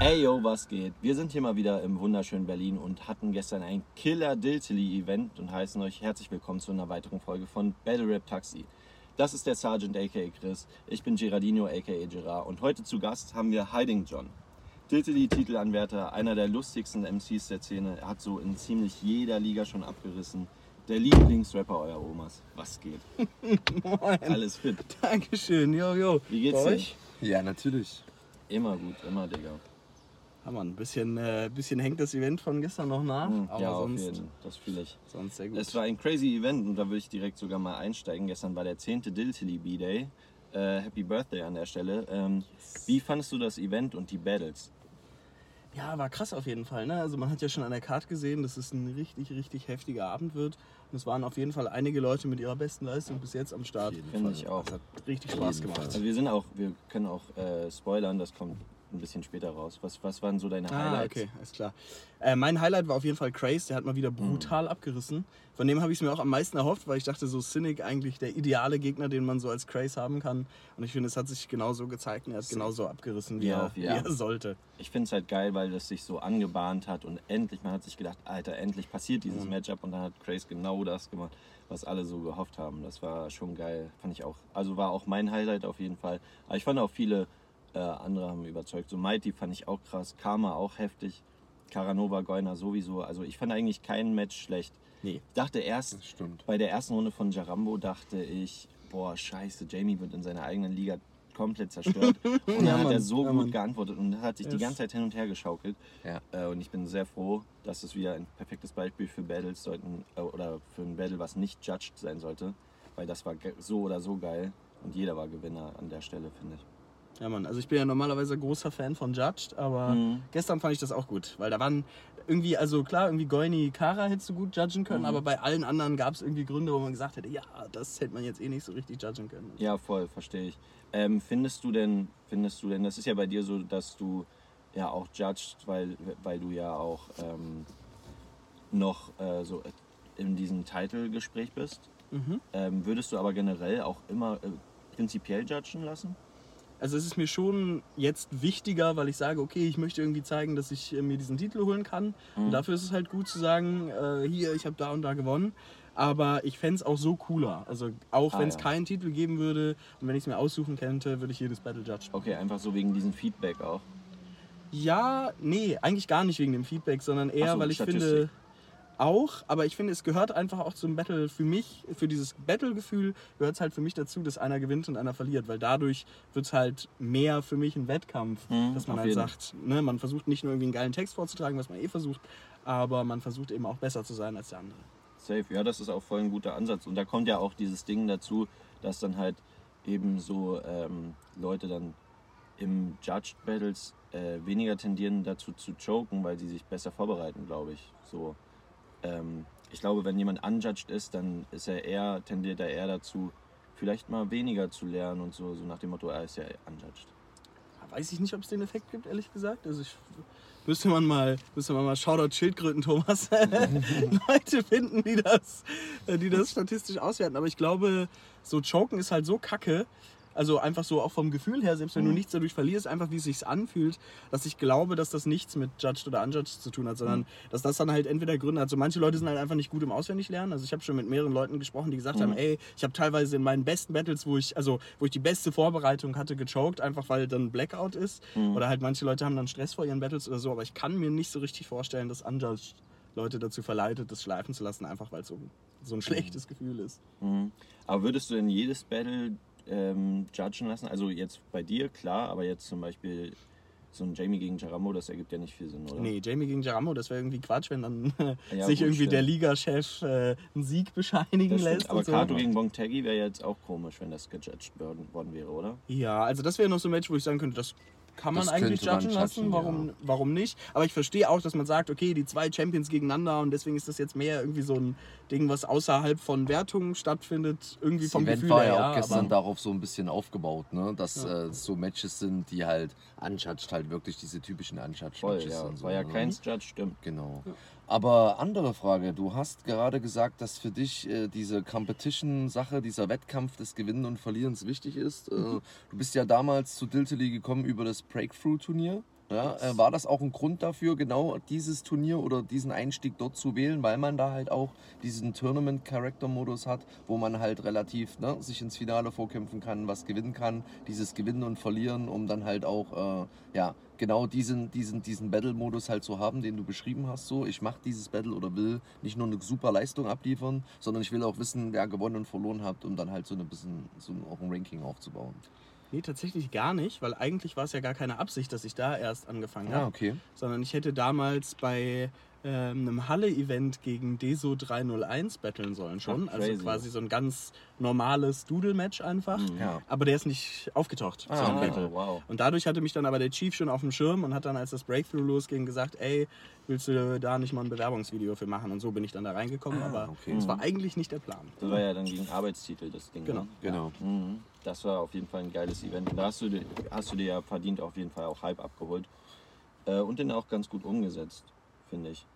Hey yo, was geht? Wir sind hier mal wieder im wunderschönen Berlin und hatten gestern ein Killer-Diltily-Event und heißen euch herzlich willkommen zu einer weiteren Folge von Battle Rap Taxi. Das ist der Sergeant aka Chris, ich bin Gerardino aka Gerard und heute zu Gast haben wir Hiding John. Diltily-Titelanwärter, einer der lustigsten MCs der Szene, er hat so in ziemlich jeder Liga schon abgerissen. Der Lieblingsrapper eurer Omas. Was geht? Moin. Alles fit. Dankeschön, jo. Wie geht's Bei dir? euch? Ja, natürlich. Immer gut, immer, Digga. Ja, Mann, ein bisschen hängt das Event von gestern noch nach, aber Ja, auf sonst, jeden, das fühle ich. sonst sehr gut. Es war ein crazy Event und da würde ich direkt sogar mal einsteigen. Gestern war der 10. Diltily B-Day. Happy Birthday an der Stelle. Wie fandest du das Event und die Battles? Ja, war krass auf jeden Fall. Ne? Also man hat ja schon an der Karte gesehen, dass es ein richtig heftiger Abend wird. Und es waren auf jeden Fall einige Leute mit ihrer besten Leistung bis jetzt am Start. Finde ich auch. Das hat richtig Spaß gemacht. Also wir können auch spoilern, das kommt ein bisschen später raus. Was waren so deine Highlights? Okay, alles klar. Mein Highlight war auf jeden Fall Craze, der hat mal wieder brutal abgerissen. Von dem habe ich es mir auch am meisten erhofft, weil ich dachte, so Cynic eigentlich der ideale Gegner, den man so als Craze haben kann. Und ich finde, es hat sich genauso gezeigt und er hat genauso abgerissen, wie er sollte. Ich finde es halt geil, weil das sich so angebahnt hat und endlich, man hat sich gedacht, Alter, endlich passiert dieses Matchup und dann hat Craze genau das gemacht, was alle so gehofft haben. Das war schon geil, fand ich auch. Also war auch mein Highlight auf jeden Fall. Aber ich fand auch viele andere haben überzeugt. So Mighty fand ich auch krass, Karma auch heftig, Caranova, Goyner sowieso. Also ich fand eigentlich kein Match schlecht. Nee. Ich dachte erst, bei der ersten Runde von Jarambo dachte ich, boah, scheiße, Jamie wird in seiner eigenen Liga komplett zerstört. Und dann hat er so gut geantwortet und hat sich die ganze Zeit hin und her geschaukelt. Ja. Und ich bin sehr froh, dass es wieder ein perfektes Beispiel für Battles oder für ein Battle, was nicht judged sein sollte. Weil das war so oder so geil und jeder war Gewinner an der Stelle, finde ich. Ja, Mann, also ich bin ja normalerweise großer Fan von Judged, aber gestern fand ich das auch gut, weil da waren irgendwie, also klar, irgendwie Goyni, Kara hättest du gut judgen können, aber bei allen anderen gab es irgendwie Gründe, wo man gesagt hätte, ja, das hätte man jetzt eh nicht so richtig judgen können. Ja, voll, verstehe ich. Findest du denn, das ist ja bei dir so, dass du ja auch judged, weil du ja auch noch so in diesem Title-Gespräch bist. Würdest du aber generell auch immer prinzipiell judgen lassen? Also es ist mir schon jetzt wichtiger, weil ich sage, okay, ich möchte irgendwie zeigen, dass ich mir diesen Titel holen kann. Und dafür ist es halt gut zu sagen, hier, ich habe da und da gewonnen. Aber ich fände es auch so cooler. Also auch wenn es keinen Titel geben würde und wenn ich es mir aussuchen könnte, würde ich jedes Battle judgen. Okay, einfach so wegen diesem Feedback auch? Ja, nee, eigentlich gar nicht wegen dem Feedback, sondern eher, weil ich finde... Auch, aber ich finde, es gehört einfach auch zum Battle für mich, für dieses Battle-Gefühl gehört es halt für mich dazu, dass einer gewinnt und einer verliert, weil dadurch wird es halt mehr für mich ein Wettkampf, dass man halt sagt, ne, man versucht nicht nur irgendwie einen geilen Text vorzutragen, was man eh versucht, aber man versucht eben auch besser zu sein als der andere. Safe, ja, das ist auch voll ein guter Ansatz und da kommt ja auch dieses Ding dazu, dass dann halt eben so Leute dann im Judged Battles weniger tendieren dazu zu choken, weil sie sich besser vorbereiten, glaube ich, so. Ich glaube, wenn jemand unjudged ist, dann tendiert er eher dazu, vielleicht mal weniger zu lernen und so nach dem Motto, er ist ja unjudged. Weiß ich nicht, ob es den Effekt gibt, ehrlich gesagt. Also müsste man mal Shoutout Schildkröten Thomas Leute finden, die das statistisch auswerten. Aber ich glaube, so choken ist halt so kacke. Also einfach so auch vom Gefühl her, selbst wenn du nichts dadurch verlierst, einfach wie es sich anfühlt, dass ich glaube, dass das nichts mit Judged oder Unjudged zu tun hat, sondern dass das dann halt entweder Gründe hat. So manche Leute sind halt einfach nicht gut im Auswendiglernen. Also ich habe schon mit mehreren Leuten gesprochen, die gesagt haben, ey, ich habe teilweise in meinen besten Battles, wo ich die beste Vorbereitung hatte, gechoked, einfach weil dann Blackout ist. Oder halt manche Leute haben dann Stress vor ihren Battles oder so, aber ich kann mir nicht so richtig vorstellen, dass Unjudged Leute dazu verleitet, das schleifen zu lassen, einfach weil es so ein schlechtes Gefühl ist. Aber würdest du in jedes Battle judgen lassen? Also jetzt bei dir, klar, aber jetzt zum Beispiel so ein Jamie gegen Jarambo, das ergibt ja nicht viel Sinn, oder? Nee, Jamie gegen Jarambo, das wäre irgendwie Quatsch, wenn dann sich irgendwie der Ligachef einen Sieg bescheinigen lässt. Aber Kato gegen Bontegi wäre jetzt auch komisch, wenn das gejudged worden wäre, oder? Ja, also das wäre noch so ein Match, wo ich sagen könnte, das kann man eigentlich judgen lassen, warum nicht? Aber ich verstehe auch, dass man sagt, okay, die zwei Champions gegeneinander und deswegen ist das jetzt mehr irgendwie so ein Ding, was außerhalb von Wertungen stattfindet, irgendwie vom Gefühl her. Das Event war ja auch gestern darauf so ein bisschen aufgebaut, ne? Dass so Matches sind, die halt unjudged, halt wirklich diese typischen unjudged Matches sind. War ja keins judged, stimmt. Genau. Ja. Aber andere Frage, du hast gerade gesagt, dass für dich diese Competition-Sache, dieser Wettkampf des Gewinnen und Verlierens wichtig ist. Du bist ja damals zu Diltily gekommen über das Breakthrough-Turnier. Ja, war das auch ein Grund dafür, genau dieses Turnier oder diesen Einstieg dort zu wählen, weil man da halt auch diesen Tournament-Character-Modus hat, wo man halt relativ sich ins Finale vorkämpfen kann, was gewinnen kann, dieses Gewinnen und Verlieren, um dann halt auch genau diesen Battle-Modus halt zu haben, den du beschrieben hast. So, ich mache dieses Battle oder will nicht nur eine super Leistung abliefern, sondern ich will auch wissen, wer gewonnen und verloren hat, um dann halt so auch ein Ranking aufzubauen. Nee, tatsächlich gar nicht, weil eigentlich war es ja gar keine Absicht, dass ich da erst angefangen habe. Okay. Sondern ich hätte damals bei einem Halle-Event gegen Deso 301 battlen sollen schon. Ach, also crazy. quasi so ein ganz normales Doodle-Match einfach. Ja. Aber der ist nicht aufgetaucht. zu dem okay. Battle. Wow. Und dadurch hatte mich dann aber der Chief schon auf dem Schirm und hat dann, als das Breakthrough losging, gesagt, ey, willst du da nicht mal ein Bewerbungsvideo für machen? Und so bin ich dann da reingekommen, aber okay. das war eigentlich nicht der Plan. Das war ja dann gegen Arbeitstitel das Ding. Genau. Ne? Genau. Mhm. Das war auf jeden Fall ein geiles Event. Und da hast du dir ja verdient auf jeden Fall auch Hype abgeholt. Und den auch ganz gut umgesetzt, finde ich.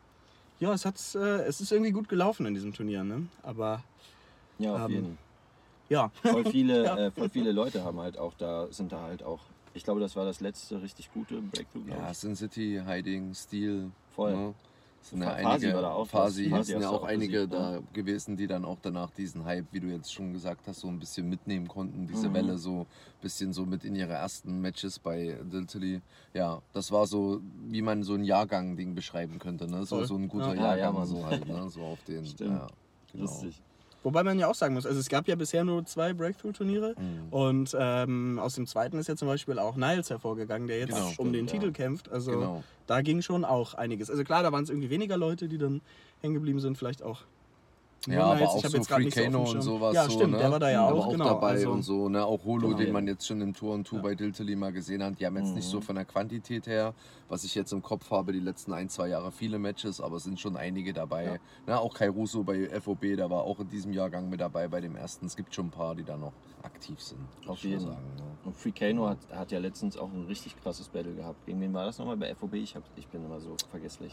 Ja, es ist irgendwie gut gelaufen in diesem Turnier, ne? Aber Ja, auf jeden Fall. ja. Voll Ja. viele Leute sind da halt auch. Ich glaube, das war das letzte richtig gute Breakthrough, glaube Ja, ich. Sin City, Hiding, Steel. Voll. Ne? Sind ja Fasi einige, war da auch Fasi was. sind Fasi ja hast du auch auch einige besiegt, da gewesen, die dann auch danach diesen Hype, wie du jetzt schon gesagt hast, so ein bisschen mitnehmen konnten. Diese Welle so ein bisschen so mit in ihre ersten Matches bei Diltily. Ja, das war so, wie man so ein Jahrgang-Ding beschreiben könnte. Ne? So ein guter Ja, Jahrgang, Mann. so halt. Ne? So auf den. Stimmt. Ja, genau. Lustig. Wobei man ja auch sagen muss, also es gab ja bisher nur 2 Breakthrough-Turniere und aus dem zweiten ist ja zum Beispiel auch Niles hervorgegangen, der jetzt Genau. um den Stimmt, Titel kämpft. Also Genau. da ging schon auch einiges. Also klar, da waren es irgendwie weniger Leute, die dann hängen geblieben sind, vielleicht auch. Ja, nur aber Niles. auch Ich hab so jetzt grad Free nicht so auf dem Kano Schirm. und sowas. Ja, so, stimmt, ne? der war da ja aber auch, genau. dabei Also, und so. Ne? Auch Holo, Genau. den man jetzt schon im Tour und Tour bei Diltily mal gesehen hat. Die haben jetzt nicht so von der Quantität her, was ich jetzt im Kopf habe, die letzten 1-2 Jahre viele Matches, aber es sind schon einige dabei. Ne? Auch Kai Russo bei FOB, der war auch in diesem Jahrgang mit dabei bei dem ersten. Es gibt schon ein paar, die da noch aktiv sind. muss Auf ich jeden mal Fall. sagen. Ne? Und Free Kano hat ja letztens auch ein richtig krasses Battle gehabt. Gegen wen war das nochmal bei FOB? Ich bin immer so vergesslich.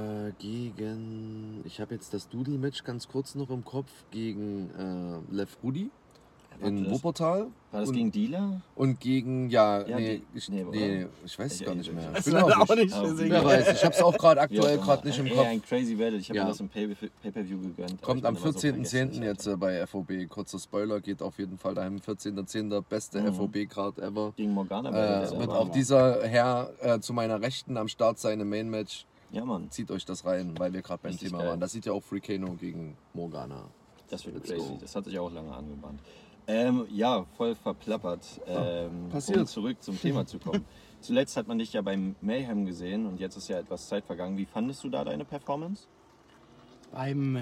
Ich habe jetzt das Doodle-Match ganz kurz noch im Kopf gegen Lev Rudi in das- Wuppertal. War das und, gegen Dealer? und gegen, Nee, oder? ich weiß es Ich- gar nicht mehr. das Ich ist bin auch auch nicht aber deswegen. Wer weiß, ich habe es auch gerade Wie aktuell auch gerade immer. nicht im Ey, Kopf. ein crazy Battle. Ich habe Ja. mir das im Pay-Per-View gegönnt. aber Kommt ich am bin immer so 14.10. vergesslich, jetzt Alter. bei FOB. Kurzer Spoiler, geht auf jeden Fall dahin. 14.10. Beste FOB-Card ever. Gegen Morgana Battle. Wird auch dieser Herr zu meiner Rechten am Start sein im Main-Match. Ja, Mann. Zieht euch das rein, weil wir gerade beim Richtig Thema geil. waren. Das sieht ja auch Free Kano gegen Morgana. Das wird Let's crazy. go. Das hat sich auch lange angebahnt. Ja, voll verplappert. passiert. Um zurück zum Thema zu kommen. Zuletzt hat man dich ja beim Mayhem gesehen und jetzt ist ja etwas Zeit vergangen. Wie fandest du da deine Performance? Beim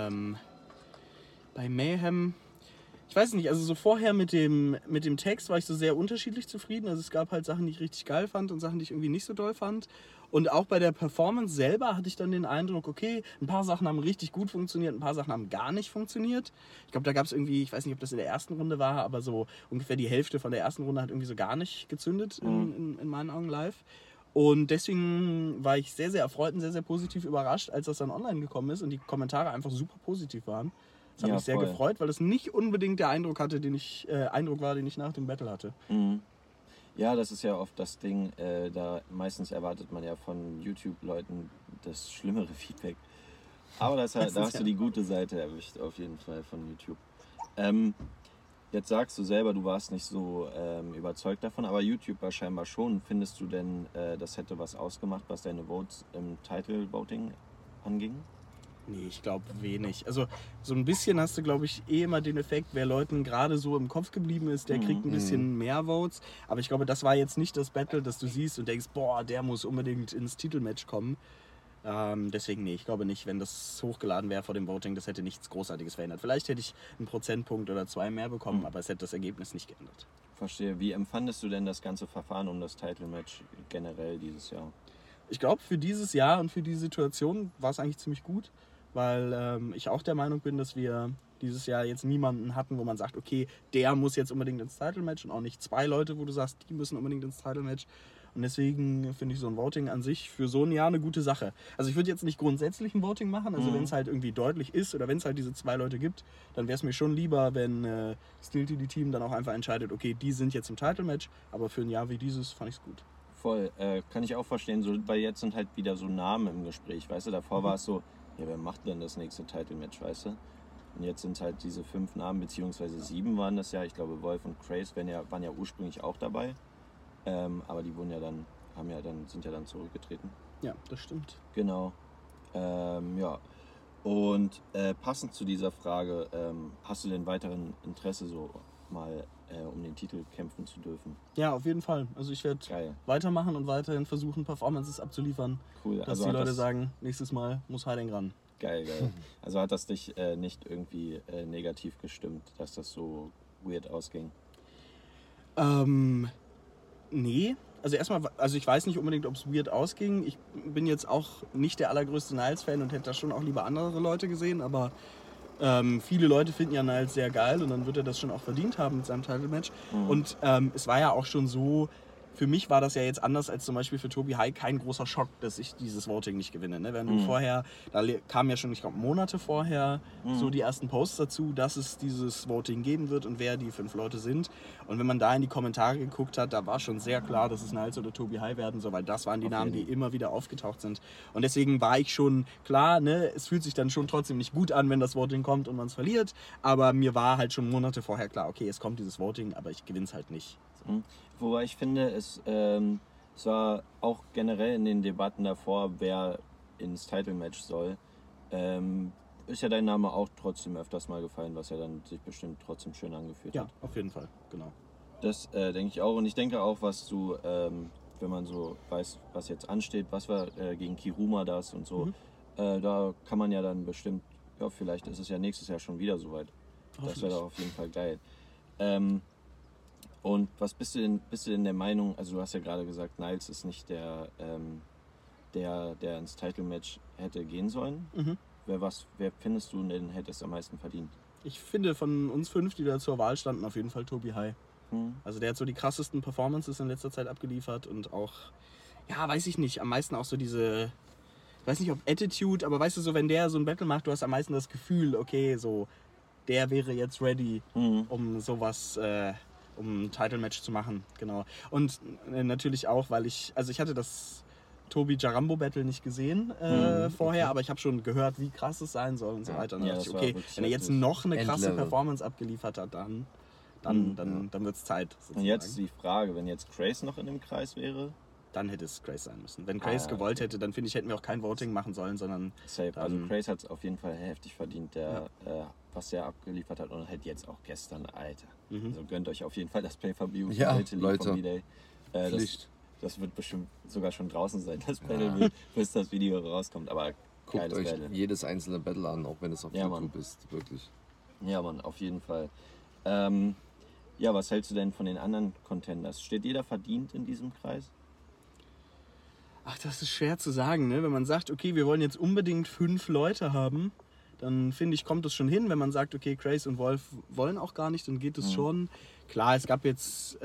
Mayhem, ich weiß nicht, also so vorher mit dem Text war ich so sehr unterschiedlich zufrieden. Also es gab halt Sachen, die ich richtig geil fand und Sachen, die ich irgendwie nicht so doll fand. Und auch bei der Performance selber hatte ich dann den Eindruck, okay, ein paar Sachen haben richtig gut funktioniert, ein paar Sachen haben gar nicht funktioniert. Ich glaube, da gab es irgendwie, ich weiß nicht, ob das in der ersten Runde war, aber so ungefähr die Hälfte von der ersten Runde hat irgendwie so gar nicht gezündet in meinen Augen live. Und deswegen war ich sehr, sehr erfreut und sehr, sehr positiv überrascht, als das dann online gekommen ist und die Kommentare einfach super positiv waren. Das hat Ja, mich sehr voll. gefreut, weil es nicht unbedingt der Eindruck war, den ich nach dem Battle hatte. Mhm. Ja, das ist ja oft das Ding, da meistens erwartet man ja von YouTube-Leuten das schlimmere Feedback. Aber da hast du die gute Seite erwischt, auf jeden Fall von YouTube. Jetzt sagst du selber, du warst nicht so überzeugt davon, aber YouTube war scheinbar schon. Findest du denn, das hätte was ausgemacht, was deine Votes im Title-Voting anging? Nee, ich glaube wenig. Also so ein bisschen hast du, glaube ich, immer den Effekt, wer Leuten gerade so im Kopf geblieben ist, der kriegt ein bisschen mehr Votes. Aber ich glaube, das war jetzt nicht das Battle, das du siehst und denkst, boah, der muss unbedingt ins Titelmatch kommen. Deswegen, nee, ich glaube nicht, wenn das hochgeladen wäre vor dem Voting, das hätte nichts Großartiges verändert. Vielleicht hätte ich einen Prozentpunkt oder 2 mehr bekommen, aber es hätte das Ergebnis nicht geändert. Verstehe. Wie empfandest du denn das ganze Verfahren um das Title-Match generell dieses Jahr? Ich glaube, für dieses Jahr und für die Situation war es eigentlich ziemlich gut, weil ich auch der Meinung bin, dass wir dieses Jahr jetzt niemanden hatten, wo man sagt, okay, der muss jetzt unbedingt ins Title-Match und auch nicht 2 Leute, wo du sagst, die müssen unbedingt ins Title-Match. Und deswegen finde ich so ein Voting an sich für so ein Jahr eine gute Sache. Also ich würde jetzt nicht grundsätzlich ein Voting machen, also wenn es halt irgendwie deutlich ist oder wenn es halt diese 2 Leute gibt, dann wäre es mir schon lieber, wenn das Diltily Team dann auch einfach entscheidet, okay, die sind jetzt im Title-Match, aber für ein Jahr wie dieses fand ich es gut. Voll, kann ich auch verstehen, so, weil jetzt sind halt wieder so Namen im Gespräch, weißt du, davor war es so, ja, wer macht denn das nächste Title-Match, weißt du? Und jetzt sind halt diese 5 Namen, beziehungsweise 7 waren das ja, ich glaube Wolf und Craze waren ja ursprünglich auch dabei, aber die wurden ja dann, sind ja dann zurückgetreten. Ja, das stimmt. Genau, ja. Und passend zu dieser Frage, hast du denn weiteren Interesse, so mal um den Titel kämpfen zu dürfen? Ja, auf jeden Fall. Also ich werde weitermachen und weiterhin versuchen, Performances abzuliefern. Cool. Dass Also die Leute sagen, nächstes Mal muss Harding ran. Geil. Also hat das dich nicht irgendwie negativ gestimmt, dass das so weird ausging? Nee. Also erstmal, also ich weiß nicht unbedingt, ob es weird ausging. Ich bin jetzt auch nicht der allergrößte Niles-Fan und hätte da schon auch lieber andere Leute gesehen, aber viele Leute finden ja Niles sehr geil und dann wird er das schon auch verdient haben mit seinem Title-Match. Und es war ja auch schon so, für mich war das ja jetzt anders als zum Beispiel für Tobi High kein großer Schock, dass ich dieses Voting nicht gewinne. Ne? Wenn du vorher, da kamen ja schon, ich glaube, Monate vorher so die ersten Posts dazu, dass es dieses Voting geben wird und wer die 5 Leute sind. Und wenn man da in die Kommentare geguckt hat, da war schon sehr klar, dass es Niles oder Tobi High werden soll, weil das waren die Namen, die immer wieder aufgetaucht sind. Und deswegen war ich schon klar, ne, es fühlt sich dann schon trotzdem nicht gut an, wenn das Voting kommt und man es verliert. Aber mir war halt schon Monate vorher klar, okay, es kommt dieses Voting, aber ich gewinne es halt nicht. So. Wobei ich finde, es war auch generell in den Debatten davor, wer ins Title-Match soll, ist ja dein Name auch trotzdem öfters mal gefallen, was ja dann sich bestimmt trotzdem schön angefühlt hat. Ja, auf jeden Fall, genau. Das denke ich auch. Und ich denke auch, was du, wenn man so weiß, was jetzt ansteht, was war gegen Kiruma das und so, da kann man ja dann bestimmt, ja, vielleicht ist es ja nächstes Jahr schon wieder soweit. Das wäre doch auf jeden Fall geil. Und was bist du denn der Meinung, also du hast ja gerade gesagt, Niles ist nicht der ins Title-Match hätte gehen sollen. Wer findest du denn hätte es am meisten verdient? Ich finde von uns 5, die da zur Wahl standen, auf jeden Fall Tobi High. Also der hat so die krassesten Performances in letzter Zeit abgeliefert und auch, ja, weiß ich nicht, am meisten auch so diese, ich weiß nicht ob Attitude, aber weißt du so, wenn der so ein Battle macht, du hast am meisten das Gefühl, okay, so, der wäre jetzt ready, um sowas, um ein Title-Match zu machen, genau. Und natürlich auch, weil ich hatte das Tobi Jarambo Battle nicht gesehen vorher, aber ich habe schon gehört, wie krass es sein soll und so weiter. Und dann dachte ich, okay, wenn er jetzt noch eine krasse Performance abgeliefert hat, dann wird es Zeit. Sozusagen. Und jetzt die Frage, wenn jetzt Craze noch in dem Kreis wäre? Dann hätte es Craze sein müssen. Wenn Craze gewollt hätte, dann finde ich, hätten wir auch kein Voting machen sollen, sondern... Safe. Also Craze hat es auf jeden Fall heftig verdient, was er abgeliefert hat und halt jetzt auch gestern, Alter. Also gönnt euch auf jeden Fall das Pay-Per-View Leute. vom V-Day. Das wird bestimmt sogar schon draußen sein, das Battle, bis das Video rauskommt. Aber guckt euch Battle. jedes einzelne Battle an, auch wenn es auf YouTube ist, wirklich. Ja, Mann, auf jeden Fall. Ja, was hältst du denn von den anderen Contenders? Steht jeder verdient in diesem Kreis? Ach, das ist schwer zu sagen, ne? Wenn man sagt, okay, wir wollen jetzt unbedingt 5 Leute haben, dann finde ich, kommt das schon hin. Wenn man sagt, okay, Craze und Wolf wollen auch gar nicht, dann geht es schon. Klar, es gab jetzt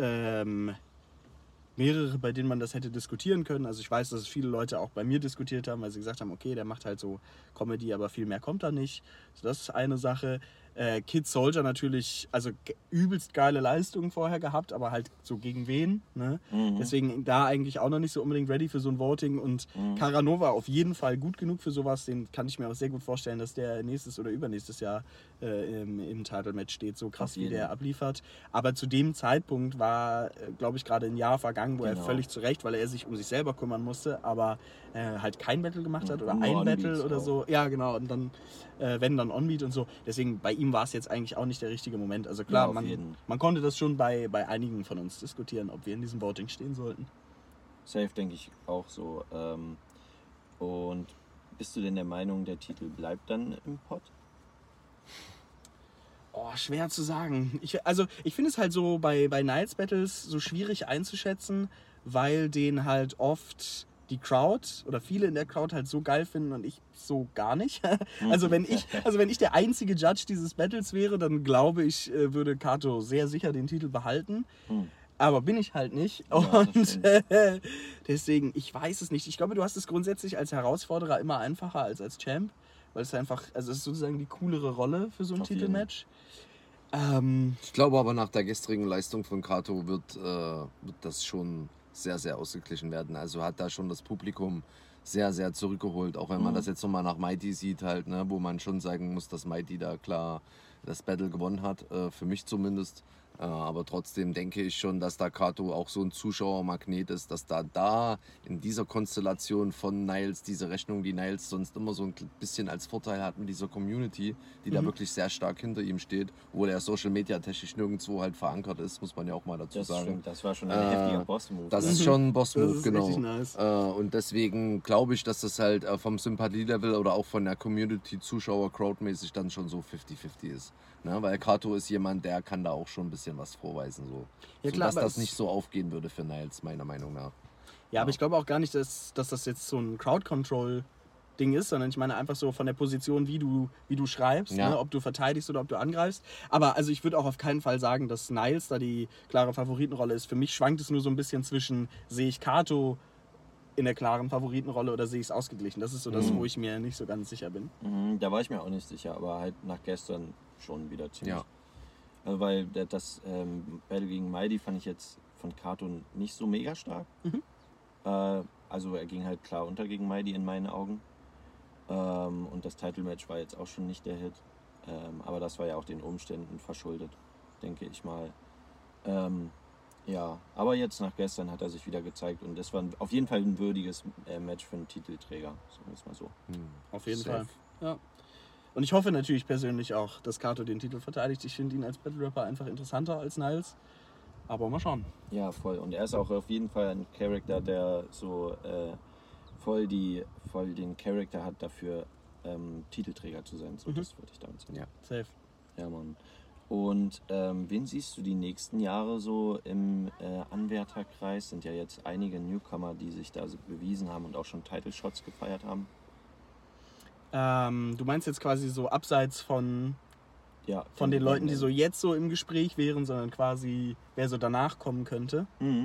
mehrere, bei denen man das hätte diskutieren können. Also ich weiß, dass es viele Leute auch bei mir diskutiert haben, weil sie gesagt haben, okay, der macht halt so Comedy, aber viel mehr kommt da nicht. Also das ist eine Sache. Kid Soldier natürlich, also übelst geile Leistungen vorher gehabt, aber halt so gegen wen. Ne? Deswegen da eigentlich auch noch nicht so unbedingt ready für so ein Voting. Und Caranova auf jeden Fall gut genug für sowas. Den kann ich mir auch sehr gut vorstellen, dass der nächstes oder übernächstes Jahr im Title-Match steht. So krass, wie der abliefert. Aber zu dem Zeitpunkt war, glaube ich, gerade ein Jahr vergangen, wo er völlig zu Recht, weil er sich um sich selber kümmern musste, aber halt kein Battle gemacht hat oder ein Battle oder so. Ja, genau. Und dann, wenn dann Onbeat und so. Deswegen, bei ihm war es jetzt eigentlich auch nicht der richtige Moment. Also klar, man konnte das schon bei einigen von uns diskutieren, ob wir in diesem Voting stehen sollten. Safe, denke ich auch so. Und bist du denn der Meinung, der Titel bleibt dann im Pot? Oh, schwer zu sagen. Ich finde es halt so bei Niles Battles so schwierig einzuschätzen, weil den halt oft die Crowd oder viele in der Crowd halt so geil finden und ich so gar nicht. Also wenn ich der einzige Judge dieses Battles wäre, dann glaube ich, würde Kato sehr sicher den Titel behalten. Aber bin ich halt nicht. Ja, und deswegen, ich weiß es nicht. Ich glaube, du hast es grundsätzlich als Herausforderer immer einfacher als Champ. Weil es einfach, also es ist sozusagen die coolere Rolle für so ein Titelmatch. Ich glaube aber nach der gestrigen Leistung von Kato wird das schon sehr, sehr ausgeglichen werden. Also hat da schon das Publikum sehr, sehr zurückgeholt. Auch wenn man das jetzt nochmal nach Mighty sieht, halt, ne, wo man schon sagen muss, dass Mighty da klar das Battle gewonnen hat, für mich zumindest. Aber trotzdem denke ich schon, dass da Kato auch so ein Zuschauermagnet ist, dass da in dieser Konstellation von Niles, diese Rechnung, die Niles sonst immer so ein bisschen als Vorteil hat mit dieser Community, die da wirklich sehr stark hinter ihm steht, wo der Social Media technisch nirgendwo halt verankert ist, muss man ja auch mal dazu sagen. Stimmt, das war schon ein heftiger Boss-Move. Das ist schon ein Boss-Move, Das ist genau. richtig nice. Und deswegen glaube ich, dass das halt vom Sympathielevel oder auch von der Community, Zuschauer, crowdmäßig dann schon so 50-50 ist. Ne? Weil Kato ist jemand, der kann da auch schon ein bisschen was vorweisen. So. Ja, klar, dass aber das nicht so aufgehen würde für Niles, meiner Meinung nach. Ja, aber ich glaube auch gar nicht, dass das jetzt so ein Crowd-Control-Ding ist, sondern ich meine einfach so von der Position, wie du schreibst, Ja. ne, ob du verteidigst oder ob du angreifst. Aber also ich würde auch auf keinen Fall sagen, dass Niles da die klare Favoritenrolle ist. Für mich schwankt es nur so ein bisschen zwischen, sehe ich Kato in der klaren Favoritenrolle oder sehe ich es ausgeglichen. Das ist so das, wo ich mir nicht so ganz sicher bin. Da war ich mir auch nicht sicher, aber halt nach gestern schon wieder ziemlich. Ja. Weil das Battle gegen Mighty fand ich jetzt von Kato nicht so mega stark. Also er ging halt klar unter gegen Mighty in meinen Augen. Und das Title-Match war jetzt auch schon nicht der Hit. Aber das war ja auch den Umständen verschuldet, denke ich mal. Ja, aber jetzt nach gestern hat er sich wieder gezeigt und es war auf jeden Fall ein würdiges Match für einen Titelträger, sagen wir es mal so. Auf jeden Safe. Fall. Ja. Und ich hoffe natürlich persönlich auch, dass Kato den Titel verteidigt. Ich finde ihn als Battle Rapper einfach interessanter als Niles. Aber mal schauen. Ja, voll. Und er ist auch auf jeden Fall ein Charakter, der so voll den Charakter hat dafür, Titelträger zu sein. So, das würde ich damit sagen. Ja. Safe. Ja, Mann. Und wen siehst du die nächsten Jahre so im Anwärterkreis? Sind ja jetzt einige Newcomer, die sich da so bewiesen haben und auch schon Title-Shots gefeiert haben. Du meinst jetzt quasi so abseits von Ja, den Leuten, die so jetzt so im Gespräch wären, sondern quasi wer so danach kommen könnte?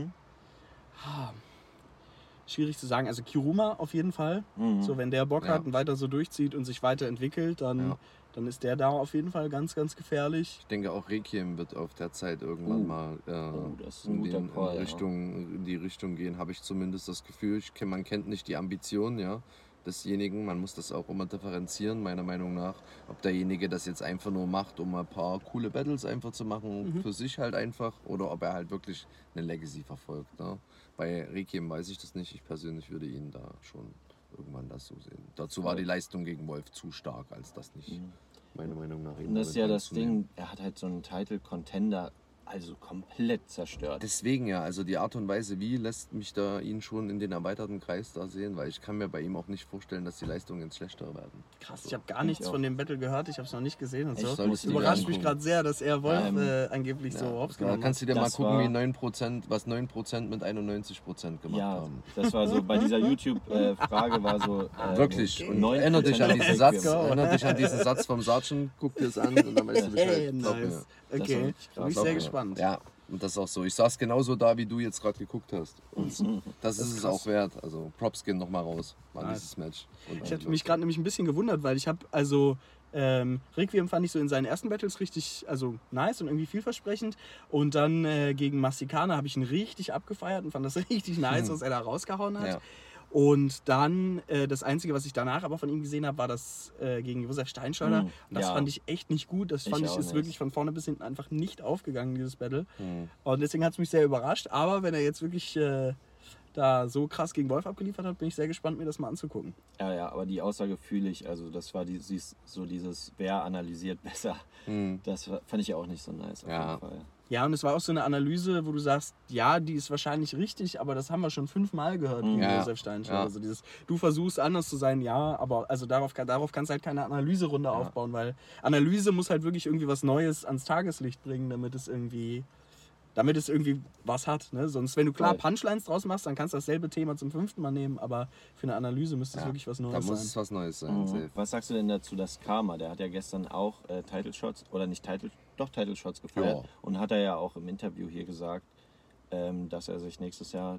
Schwierig zu sagen. Also Kiruma auf jeden Fall. So, wenn der Bock Ja. hat und weiter so durchzieht und sich weiterentwickelt, dann ist der da auf jeden Fall ganz, ganz gefährlich. Ich denke auch Requiem wird auf der Zeit irgendwann mal das ist ein guter Call, in die Richtung gehen, habe ich zumindest das Gefühl. Man kennt nicht die Ambitionen, ja, desjenigen. Man muss das auch immer differenzieren, meiner Meinung nach. Ob derjenige das jetzt einfach nur macht, um ein paar coole Battles einfach zu machen, für sich halt einfach, oder ob er halt wirklich eine Legacy verfolgt. Ne? Bei Requiem weiß ich das nicht. Ich persönlich würde ihn da schon irgendwann das so sehen. Dazu war die Leistung gegen Wolf zu stark, als das nicht, meiner Meinung nach, Und das ist ja das Ding, er hat halt so einen Title-Contender also komplett zerstört. Deswegen ja, also die Art und Weise, wie lässt mich da ihn schon in den erweiterten Kreis da sehen, weil ich kann mir bei ihm auch nicht vorstellen, dass die Leistungen jetzt schlechter werden. Krass, ich habe gar nichts von dem Battle gehört, ich habe es noch nicht gesehen und so. Echt? Solltest Das du dir überrascht mich angucken. gerade sehr, dass er Wolf angeblich so Da aufgenommen kannst du dir Das mal gucken, war- wie 9%, was 9% mit 91% gemacht Ja, haben. das war so, bei dieser YouTube-Frage war so... Wirklich. Und 9% erinnere dich an diesen Let's Satz, go. erinnere dich an diesen Satz vom Sergeant, guck dir es an und dann weißt du Bescheid. Hey, Glaub mir. nice. Das war Okay, richtig krass. bin ich Glaub sehr mir. gespannt. Ja, und das ist auch so. Ich saß genauso da, wie du jetzt gerade geguckt hast. Und das ist es krass. auch wert. Also Props gehen nochmal raus an Nice. dieses Match. Und Ich habe mich gerade nämlich ein bisschen gewundert, weil ich habe also Requiem fand ich so in seinen ersten Battles richtig nice und irgendwie vielversprechend und dann gegen Massikana habe ich ihn richtig abgefeiert und fand das richtig nice, was er da rausgehauen hat. Ja. Und dann das Einzige, was ich danach aber von ihm gesehen habe, war das gegen Josef Steinscholder. Und das ja. fand ich echt nicht gut. Das fand ich auch ist nicht. wirklich von vorne bis hinten einfach nicht aufgegangen, dieses Battle. Und deswegen hat es mich sehr überrascht. Aber wenn er jetzt wirklich da so krass gegen Wolf abgeliefert hat, bin ich sehr gespannt, mir das mal anzugucken. Ja, aber die Aussage fühle ich, also das war dieses, wer analysiert besser. Das fand ich ja auch nicht so nice auf Ja. jeden Fall. Ja, und es war auch so eine Analyse, wo du sagst, ja, die ist wahrscheinlich richtig, aber das haben wir schon 5-mal gehört gegen Ja. Josef Steinscholder. Ja. Also dieses, du versuchst anders zu sein, ja, aber also darauf kannst du halt keine Analyserunde aufbauen, weil Analyse muss halt wirklich irgendwie was Neues ans Tageslicht bringen, damit es irgendwie was hat. Ne? Sonst, wenn du klar Voll. Punchlines draus machst, dann kannst du dasselbe Thema zum 5. Mal nehmen, aber für eine Analyse müsste es wirklich was Da Neues muss sein. es was Neues sein. Safe. Was sagst du denn dazu, dass Karma, der hat ja gestern auch Title-Shots, oder nicht Title-Shots gefeiert. Ja. Und hat er ja auch im Interview hier gesagt, dass er sich nächstes Jahr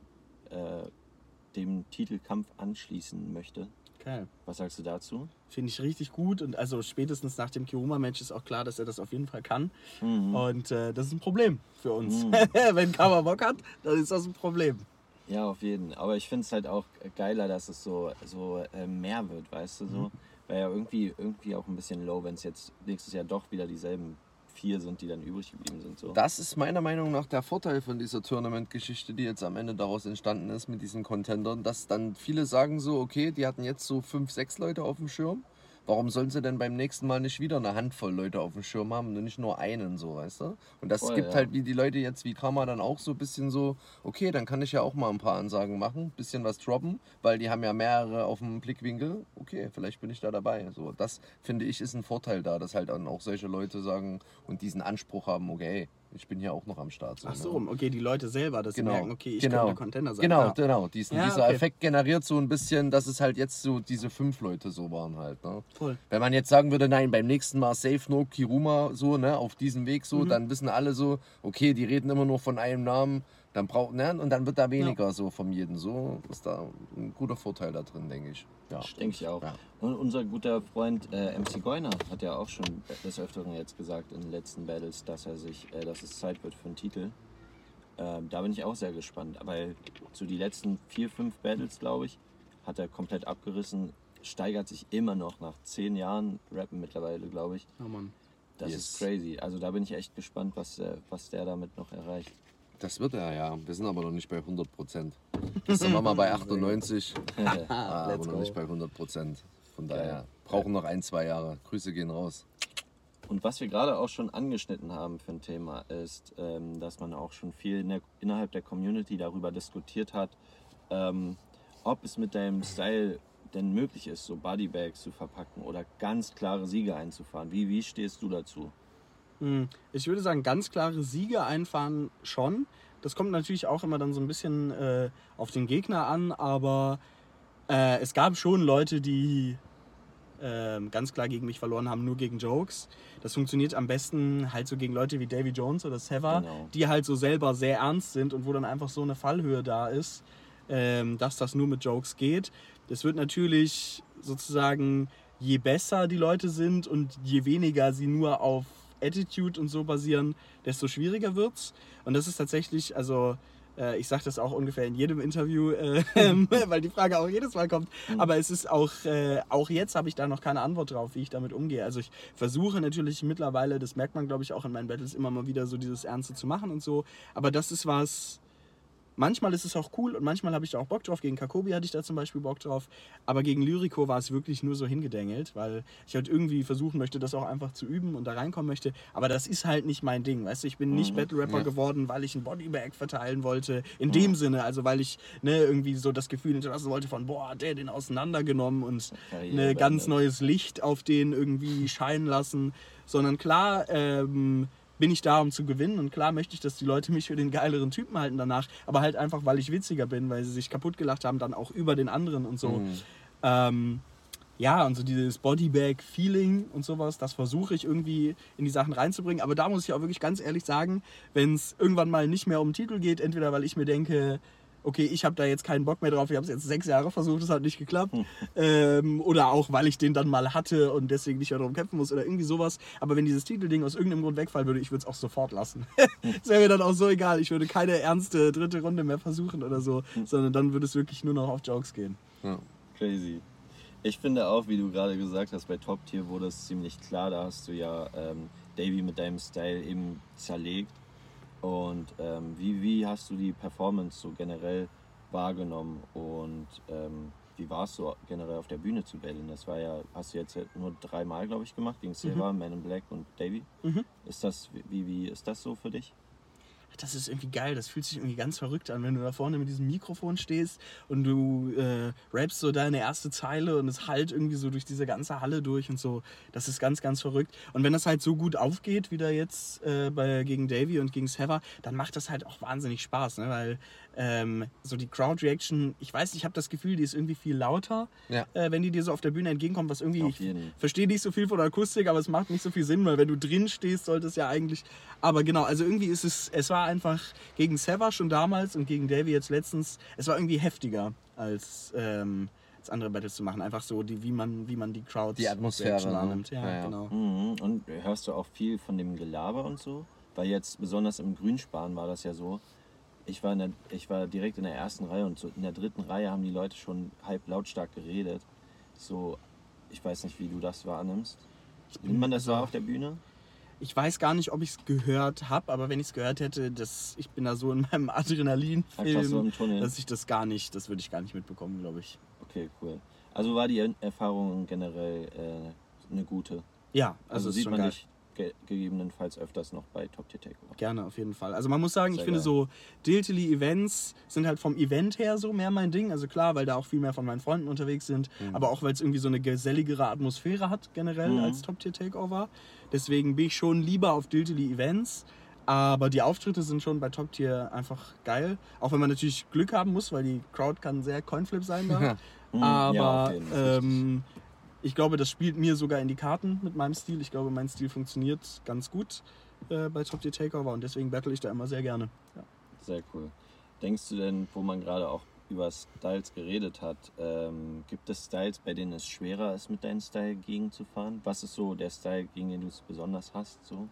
dem Titelkampf anschließen möchte. Okay. Was sagst du dazu? Finde ich richtig gut und also spätestens nach dem Kiruma-Match ist auch klar, dass er das auf jeden Fall kann. Und das ist ein Problem für uns. Wenn Kama Bock hat, dann ist das ein Problem. Ja, auf jeden. Aber ich finde es halt auch geiler, dass es so mehr wird, weißt du so. Wäre ja irgendwie auch ein bisschen low, wenn es jetzt nächstes Jahr doch wieder dieselben 4 sind, die dann übrig geblieben sind. So. Das ist meiner Meinung nach der Vorteil von dieser Tournament-Geschichte, die jetzt am Ende daraus entstanden ist mit diesen Contendern, dass dann viele sagen so, okay, die hatten jetzt so 5, 6 Leute auf dem Schirm. Warum sollen sie denn beim nächsten Mal nicht wieder eine Handvoll Leute auf dem Schirm haben und nicht nur einen, so, weißt du? Und das Voll, gibt ja. halt wie die Leute jetzt wie Karma dann auch so ein bisschen so, okay, dann kann ich ja auch mal ein paar Ansagen machen, bisschen was droppen, weil die haben ja mehrere auf dem Blickwinkel. Okay, vielleicht bin ich da dabei. So, das finde ich ist ein Vorteil da, dass halt dann auch solche Leute sagen und diesen Anspruch haben, okay, ich bin hier auch noch am Start. Ach so, ne? okay, die Leute selber, dass sie merken, okay, ich genau. könnte Contender sein. Genau, Ja. genau. Ja, Dieser okay. Effekt generiert so ein bisschen, dass es halt jetzt so diese 5 Leute so waren halt. Ne? Voll. Wenn man jetzt sagen würde, nein, beim nächsten Mal safe no Kiruma, so, ne, auf diesem Weg so, dann wissen alle so, okay, die reden immer nur von einem Namen, dann und dann wird da weniger so von jedem. So ist da ein guter Vorteil da drin, denke ich. Ja. Denke ich auch. Ja. Und unser guter Freund MC Goiner hat ja auch schon des Öfteren jetzt gesagt in den letzten Battles, dass es Zeit wird für einen Titel. Da bin ich auch sehr gespannt, weil so die letzten 4, 5 Battles, glaube ich, hat er komplett abgerissen, steigert sich immer noch nach 10 Jahren Rappen mittlerweile, glaube ich. Oh Mann. Das Yes. ist crazy. Also da bin ich echt gespannt, was der damit noch erreicht. Das wird er, ja. Wir sind aber noch nicht bei 100%. Gestern waren wir bei 98, aber Let's noch go. nicht bei 100%. Von daher brauchen noch 1, 2 Jahre. Grüße gehen raus. Und was wir gerade auch schon angeschnitten haben für ein Thema ist, dass man auch schon viel innerhalb der Community darüber diskutiert hat, ob es mit deinem Style denn möglich ist, so Bodybags zu verpacken oder ganz klare Siege einzufahren. Wie stehst du dazu? Ich würde sagen, ganz klare Siege einfahren schon. Das kommt natürlich auch immer dann so ein bisschen auf den Gegner an, aber es gab schon Leute, die ganz klar gegen mich verloren haben, nur gegen Jokes. Das funktioniert am besten halt so gegen Leute wie Davy Jones oder Seva, Genau. die halt so selber sehr ernst sind und wo dann einfach so eine Fallhöhe da ist, dass das nur mit Jokes geht. Das wird natürlich sozusagen, je besser die Leute sind und je weniger sie nur auf Attitude und so basieren, desto schwieriger wird's. Und das ist tatsächlich, also ich sage das auch ungefähr in jedem Interview, weil die Frage auch jedes Mal kommt. Aber es ist auch jetzt habe ich da noch keine Antwort drauf, wie ich damit umgehe. Also ich versuche natürlich mittlerweile, das merkt man glaube ich auch in meinen Battles, immer mal wieder so dieses Ernste zu machen und so. Aber das ist was, manchmal ist es auch cool und manchmal habe ich da auch Bock drauf. Gegen Kakobi hatte ich da zum Beispiel Bock drauf. Aber gegen Lyrico war es wirklich nur so hingedengelt, weil ich halt irgendwie versuchen möchte, das auch einfach zu üben und da reinkommen möchte. Aber das ist halt nicht mein Ding, weißt du? Ich bin nicht Battle-Rapper geworden, weil ich ein Bodybag verteilen wollte. In dem Sinne, also weil ich irgendwie so das Gefühl hinterlassen wollte von, boah, der den auseinandergenommen und Karriere ganz beendet. neues Licht auf den irgendwie scheinen lassen. Sondern klar, bin ich da, um zu gewinnen. Und klar möchte ich, dass die Leute mich für den geileren Typen halten danach. Aber halt einfach, weil ich witziger bin, weil sie sich kaputt gelacht haben, dann auch über den anderen und so. Ja, und so dieses Bodybag-Feeling und sowas, das versuche ich irgendwie in die Sachen reinzubringen. Aber da muss ich auch wirklich ganz ehrlich sagen, wenn es irgendwann mal nicht mehr um den Titel geht, entweder weil ich mir denke, okay, ich habe da jetzt keinen Bock mehr drauf, ich habe es jetzt 6 Jahre versucht, es hat nicht geklappt. Oder auch, weil ich den dann mal hatte und deswegen nicht mehr darum kämpfen muss oder irgendwie sowas. Aber wenn dieses Titelding aus irgendeinem Grund wegfallen würde, ich würde es auch sofort lassen. Es wäre mir dann auch so egal, ich würde keine ernste 3. Runde mehr versuchen oder so, sondern dann würde es wirklich nur noch auf Jokes gehen. Ja. Crazy. Ich finde auch, wie du gerade gesagt hast, bei Top Tier wurde es ziemlich klar, da hast du ja Davy mit deinem Style eben zerlegt. Und wie hast du die Performance so generell wahrgenommen und wie warst du generell auf der Bühne zu battlen? Das war ja, hast du jetzt nur 3 Mal, glaube ich, gemacht, gegen Silver, Man in Black und Davy. Ist das, wie ist das so für dich? Das ist irgendwie geil, das fühlt sich irgendwie ganz verrückt an, wenn du da vorne mit diesem Mikrofon stehst und du rappst so deine erste Zeile und es hallt irgendwie so durch diese ganze Halle durch und so. Das ist ganz, ganz verrückt. Und wenn das halt so gut aufgeht, wie da jetzt gegen Davy und gegen Seva, dann macht das halt auch wahnsinnig Spaß, ne? Weil so die Crowd-Reaction, ich weiß nicht, ich habe das Gefühl, die ist irgendwie viel lauter, Ja. wenn die dir so auf der Bühne entgegenkommen, was irgendwie, Auf jeden. ich verstehe nicht so viel von der Akustik, aber es macht nicht so viel Sinn, weil wenn du drin stehst, sollte es ja eigentlich, aber genau, also irgendwie ist es war einfach gegen Seva schon damals und gegen Davy jetzt letztens, es war irgendwie heftiger als andere Battles zu machen, einfach so, wie man die Crowds Die Atmosphäre, Reaction ne? wahrnimmt. Ja, Ja. genau. Und hörst du auch viel von dem Gelaber und so? Weil jetzt, besonders im Grünspan war das ja so, ich war direkt in der ersten Reihe und so in der dritten Reihe haben die Leute schon halb lautstark geredet. So, ich weiß nicht, wie du das wahrnimmst. Nimmt man das wahr auf der Bühne? Ich weiß gar nicht, ob ich es gehört habe, aber wenn ich es gehört hätte, ich bin da so in meinem Adrenalinfilm, so im Tunnel. dass ich das würde ich gar nicht mitbekommen, glaube ich. Okay, cool. Also war die Erfahrung generell eine gute? Ja, Also ist sieht schon man geil. dich gegebenenfalls öfters noch bei Top Tier Takeover? Gerne, auf jeden Fall. Also man muss sagen, Sehr ich finde geil. so Diltily-Events sind halt vom Event her so mehr mein Ding. Also klar, weil da auch viel mehr von meinen Freunden unterwegs sind, aber auch weil es irgendwie so eine geselligere Atmosphäre hat generell als Top Tier Takeover. Deswegen bin ich schon lieber auf Diltily-Events. Aber die Auftritte sind schon bei Top Tier einfach geil. Auch wenn man natürlich Glück haben muss, weil die Crowd kann sehr Coinflip sein da. Ja, auf Aber jeden Fall. ich glaube, das spielt mir sogar in die Karten mit meinem Stil. Ich glaube, mein Stil funktioniert ganz gut bei Top Tier Takeover und deswegen battle ich da immer sehr gerne. Ja. Sehr cool. Denkst du denn, wo man gerade auch über Styles geredet hat, gibt es Styles, bei denen es schwerer ist, mit deinem Style gegenzufahren? Was ist so der Style, gegen den du es besonders hast? So?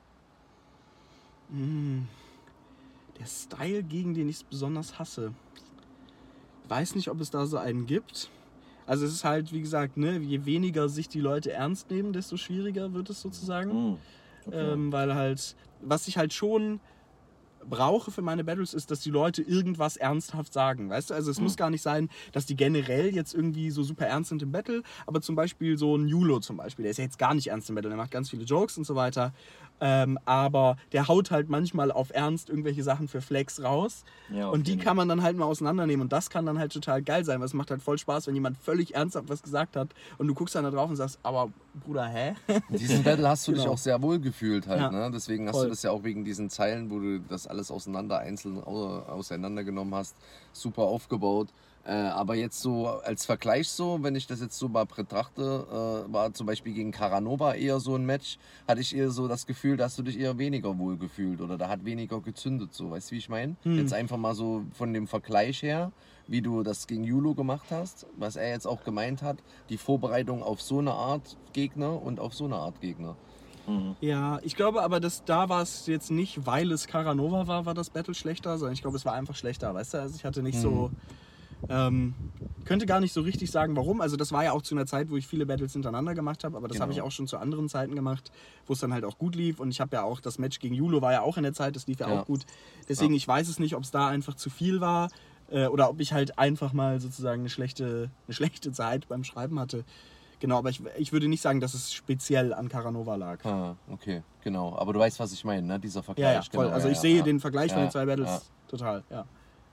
Der Style, gegen den ich es besonders hasse. Ich weiß nicht, ob es da so einen gibt. Also es ist halt, wie gesagt, ne, je weniger sich die Leute ernst nehmen, desto schwieriger wird es sozusagen. Okay. Weil halt, was ich halt schon brauche für meine Battles ist, dass die Leute irgendwas ernsthaft sagen, weißt du? Also es muss gar nicht sein, dass die generell jetzt irgendwie so super ernst sind im Battle, aber zum Beispiel so ein Yulo zum Beispiel, der ist ja jetzt gar nicht ernst im Battle, der macht ganz viele Jokes und so weiter, aber der haut halt manchmal auf Ernst irgendwelche Sachen für Flex raus Ja, auf und die jeden kann man dann halt mal auseinandernehmen und das kann dann halt total geil sein, weil es macht halt voll Spaß, wenn jemand völlig ernsthaft was gesagt hat und du guckst dann da drauf und sagst, aber Bruder, hä? In diesem Battle hast du dich Genau. auch sehr wohl gefühlt halt, Ja. ne? Deswegen hast Voll. du das ja auch wegen diesen Zeilen, wo du das alles einzeln auseinandergenommen hast, super aufgebaut. Aber jetzt so als Vergleich so, wenn ich das jetzt so mal betrachte, war zum Beispiel gegen Caranova eher so ein Match, hatte ich eher so das Gefühl, da hast du dich eher weniger wohl gefühlt oder da hat weniger gezündet, so, weißt du, wie ich meine? Jetzt einfach mal so von dem Vergleich her, wie du das gegen Yulo gemacht hast, was er jetzt auch gemeint hat, die Vorbereitung auf so eine Art Gegner und auf so eine Art Gegner. Ja, ich glaube aber, dass da war es jetzt nicht, weil es Caranova war das Battle schlechter, sondern ich glaube, es war einfach schlechter, weißt du? Also ich hatte nicht so, könnte gar nicht so richtig sagen, warum. Also das war ja auch zu einer Zeit, wo ich viele Battles hintereinander gemacht habe, aber das habe ich Genau. auch schon zu anderen Zeiten gemacht, wo es dann halt auch gut lief und ich habe ja auch, das Match gegen Yulo war ja auch in der Zeit, das lief ja Ja. auch gut. Deswegen, ich weiß es nicht, ob es da einfach zu viel war oder ob ich halt einfach mal sozusagen eine schlechte Zeit beim Schreiben hatte. Genau, aber ich würde nicht sagen, dass es speziell an Caranova lag. Ah, okay, genau. Aber du weißt, was ich meine, ne? Dieser Vergleich. Ja, ja, voll. Genau, Also ja, ich ja, sehe ja. den Vergleich von Ja, den zwei Battles ja. total, ja.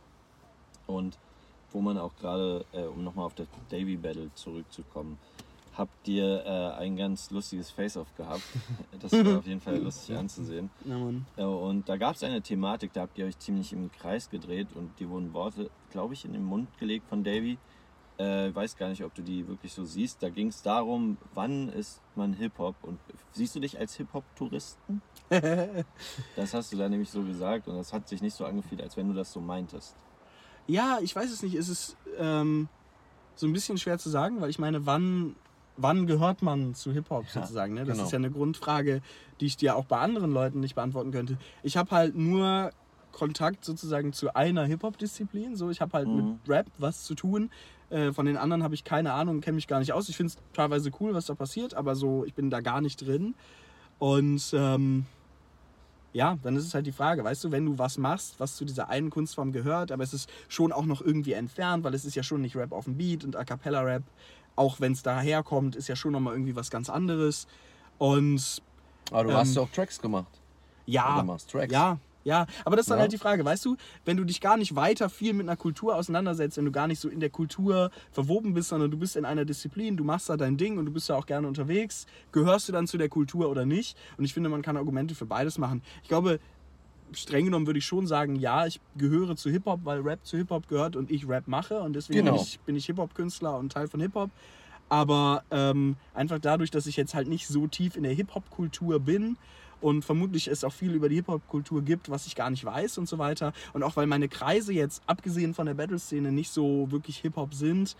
Und wo man auch gerade, um nochmal auf das Davy Battle zurückzukommen, habt ihr ein ganz lustiges Face-Off gehabt. Das war auf jeden Fall lustig anzusehen. Ja, Mann. Und da gab es eine Thematik, da habt ihr euch ziemlich im Kreis gedreht und dir wurden Worte, glaube ich, in den Mund gelegt von Davy. Weiß gar nicht, ob du die wirklich so siehst. Da ging es darum, wann ist man Hip-Hop und siehst du dich als Hip-Hop-Touristen? Das hast du da nämlich so gesagt und das hat sich nicht so angefühlt, als wenn du das so meintest. Ja, ich weiß es nicht. Es ist so ein bisschen schwer zu sagen, weil ich meine, wann gehört man zu Hip-Hop sozusagen? Ne? Das genau. ist ja eine Grundfrage, die ich dir auch bei anderen Leuten nicht beantworten könnte. Ich habe halt nur Kontakt sozusagen zu einer Hip-Hop-Disziplin. So, ich habe halt mit Rap was zu tun. Von den anderen habe ich keine Ahnung, kenne mich gar nicht aus. Ich finde es teilweise cool, was da passiert, aber so, ich bin da gar nicht drin. Und ja, dann ist es halt die Frage, weißt du, wenn du was machst, was zu dieser einen Kunstform gehört, aber es ist schon auch noch irgendwie entfernt, weil es ist ja schon nicht Rap auf dem Beat und A Cappella Rap, auch wenn es daherkommt, ist ja schon nochmal irgendwie was ganz anderes. Und Aber du hast ja auch Tracks gemacht. ja, Oder machst Tracks. ja, aber das ist dann Ja. halt die Frage, weißt du, wenn du dich gar nicht weiter viel mit einer Kultur auseinandersetzt, wenn du gar nicht so in der Kultur verwoben bist, sondern du bist in einer Disziplin, du machst da dein Ding und du bist da auch gerne unterwegs, gehörst du dann zu der Kultur oder nicht? Und ich finde, man kann Argumente für beides machen. Ich glaube, streng genommen würde ich schon sagen, ja, ich gehöre zu Hip-Hop, weil Rap zu Hip-Hop gehört und ich Rap mache und deswegen Genau. bin ich Hip-Hop-Künstler und Teil von Hip-Hop. Aber einfach dadurch, dass ich jetzt halt nicht so tief in der Hip-Hop-Kultur bin und vermutlich es auch viel über die Hip-Hop-Kultur gibt, was ich gar nicht weiß und so weiter. Und auch weil meine Kreise jetzt, abgesehen von der Battle-Szene, nicht so wirklich Hip-Hop sind,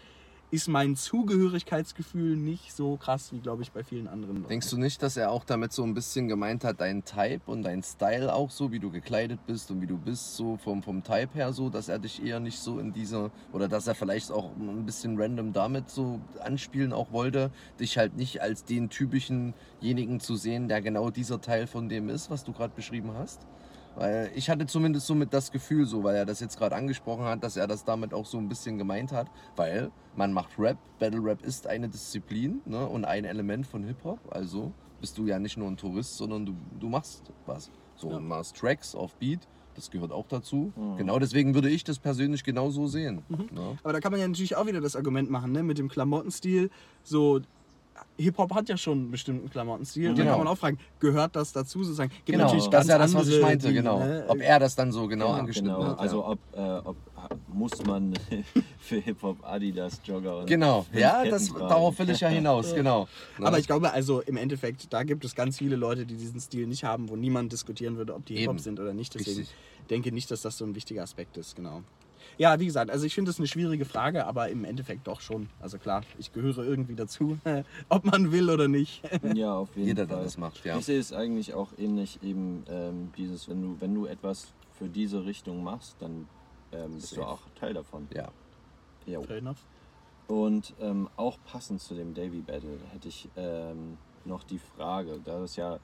ist mein Zugehörigkeitsgefühl nicht so krass wie, glaube ich, bei vielen anderen Leuten. Denkst du nicht, dass er auch damit so ein bisschen gemeint hat, dein Type und dein Style auch so, wie du gekleidet bist und wie du bist, so vom Type her so, dass er dich eher nicht so in dieser, oder dass er vielleicht auch ein bisschen random damit so anspielen auch wollte, dich halt nicht als den typischenjenigen zu sehen, der genau dieser Teil von dem ist, was du gerade beschrieben hast? Weil ich hatte zumindest so mit das Gefühl so, weil er das jetzt gerade angesprochen hat, dass er das damit auch so ein bisschen gemeint hat, weil man macht Rap, Battle Rap ist eine Disziplin, ne, und ein Element von Hip-Hop, also bist du ja nicht nur ein Tourist, sondern du machst was. So, und machst Tracks auf Beat, das gehört auch dazu. Genau deswegen würde ich das persönlich genauso sehen. Ne? Aber da kann man ja natürlich auch wieder das Argument machen, ne, mit dem Klamottenstil, so... Hip-Hop hat ja schon einen bestimmten Klamottenstil. Da Genau. kann man auch fragen, gehört das dazu sozusagen? Gibt Genau, natürlich das ganz ist ja das, was ich andere, meinte, die, genau. ne, Ob er das dann so genau Ja, angeschnitten genau. hat. Also ja. ob muss man für Hip-Hop Adidas, Jogger und Genau, 5 ja, Ketten das, tragen. darauf will ich ja hinaus, genau. Ne? Aber ich glaube, also im Endeffekt, da gibt es ganz viele Leute, die diesen Stil nicht haben, wo niemand diskutieren würde, ob die Hip-Hop Eben. sind oder nicht. Deswegen Richtig. denke nicht, dass das so ein wichtiger Aspekt ist, genau. Ja, wie gesagt, also ich finde das eine schwierige Frage, aber im Endeffekt doch schon. Also klar, ich gehöre irgendwie dazu, ob man will oder nicht. Ja, auf jeden Jeder, Fall. der das macht, ja. Ich sehe es eigentlich auch ähnlich, eben dieses, wenn du etwas für diese Richtung machst, dann bist du Safe. auch Teil davon. Ja. Jo. Fair enough. Und auch passend zu dem Davy Battle hätte ich noch die Frage, da es ja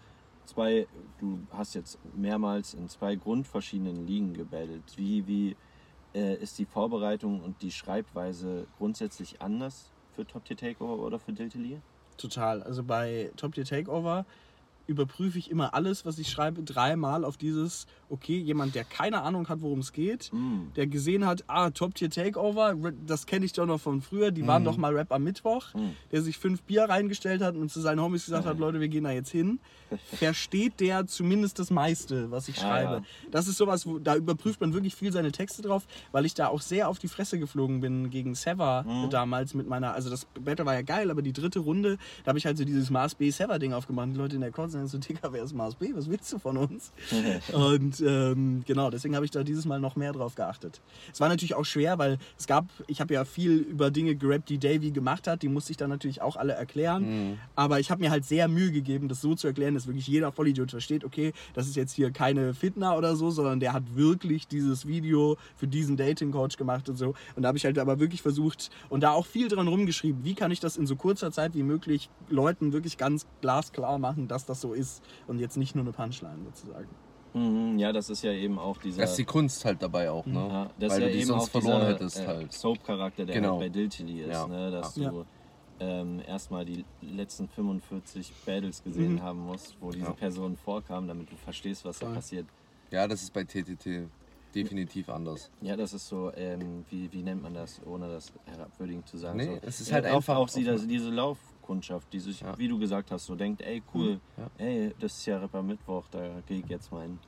du hast jetzt mehrmals in 2 grundverschiedenen Ligen gebattelt. Wie ist die Vorbereitung und die Schreibweise grundsätzlich anders für Top Tier Takeover oder für Diltily? Total. Also bei Top Tier Takeover überprüfe ich immer alles, was ich schreibe, 3-mal auf dieses, okay, jemand, der keine Ahnung hat, worum es geht, der gesehen hat, Top Tier Takeover, das kenne ich doch noch von früher, die waren doch mal Rap am Mittwoch, der sich 5 Bier reingestellt hat und zu seinen Homies gesagt hat, Leute, wir gehen da jetzt hin, versteht der zumindest das meiste, was ich schreibe. Ja. Das ist sowas, da überprüft man wirklich viel seine Texte drauf, weil ich da auch sehr auf die Fresse geflogen bin gegen Sever damals mit meiner, also das Battle war ja geil, aber die 3. Runde, da habe ich halt so dieses Mars B Sever Ding aufgemacht, die Leute in der Kurz sagen so, Digga, wer ist Mars B, was willst du von uns? Und genau, deswegen habe ich da dieses Mal noch mehr drauf geachtet. Es war natürlich auch schwer, weil ich habe ja viel über Dinge gerappt, die Davy gemacht hat, die musste ich dann natürlich auch alle erklären, aber ich habe mir halt sehr Mühe gegeben, das so zu erklären, dass wirklich jeder Vollidiot versteht, okay, das ist jetzt hier keine Fitner oder so, sondern der hat wirklich dieses Video für diesen Dating-Coach gemacht und so. Und da habe ich halt aber wirklich versucht und da auch viel dran rumgeschrieben, wie kann ich das in so kurzer Zeit wie möglich Leuten wirklich ganz glasklar machen, dass das so ist und jetzt nicht nur eine Punchline sozusagen. Ja, das ist ja eben auch dieser... Das ist die Kunst halt dabei auch, ne? Ja, das Weil ist ja du die eben sonst auch verloren dieser, hättest halt. Soap-Charakter, der Genau. halt bei Diltily ist, Ja. ne? Dass Ja. du erstmal die letzten 45 Battles gesehen haben musst, wo diese Person vorkam, damit du verstehst, was da Voll. passiert. Ja, das ist bei TTT definitiv anders. Ja, das ist so, wie nennt man das, ohne das herabwürdigend zu sagen? Nee, so, es ist halt auch, einfach auch diese Laufkundschaft, die sich, Ja. wie du gesagt hast, so denkt, ey cool, Ja. ey, das ist ja Rapper Mittwoch, da gehe ich jetzt mal hin.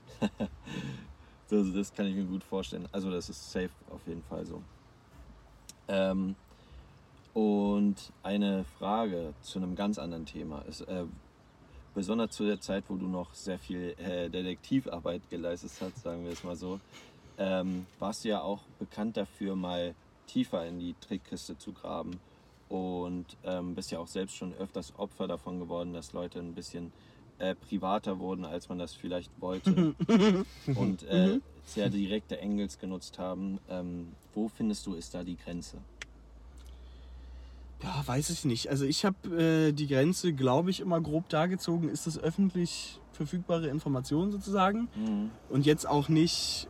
Das kann ich mir gut vorstellen. Also das ist safe auf jeden Fall so. Und eine Frage zu einem ganz anderen Thema ist, besonders zu der Zeit, wo du noch sehr viel Detektivarbeit geleistet hast, sagen wir es mal so, warst du ja auch bekannt dafür, mal tiefer in die Trickkiste zu graben und bist ja auch selbst schon öfters Opfer davon geworden, dass Leute ein bisschen privater wurden, als man das vielleicht wollte und sehr direkte Angles genutzt haben. Wo findest du, ist da die Grenze? Ja, weiß ich nicht. Also ich habe die Grenze, glaube ich, immer grob dargezogen. Ist das öffentlich verfügbare Information sozusagen? Und jetzt auch nicht,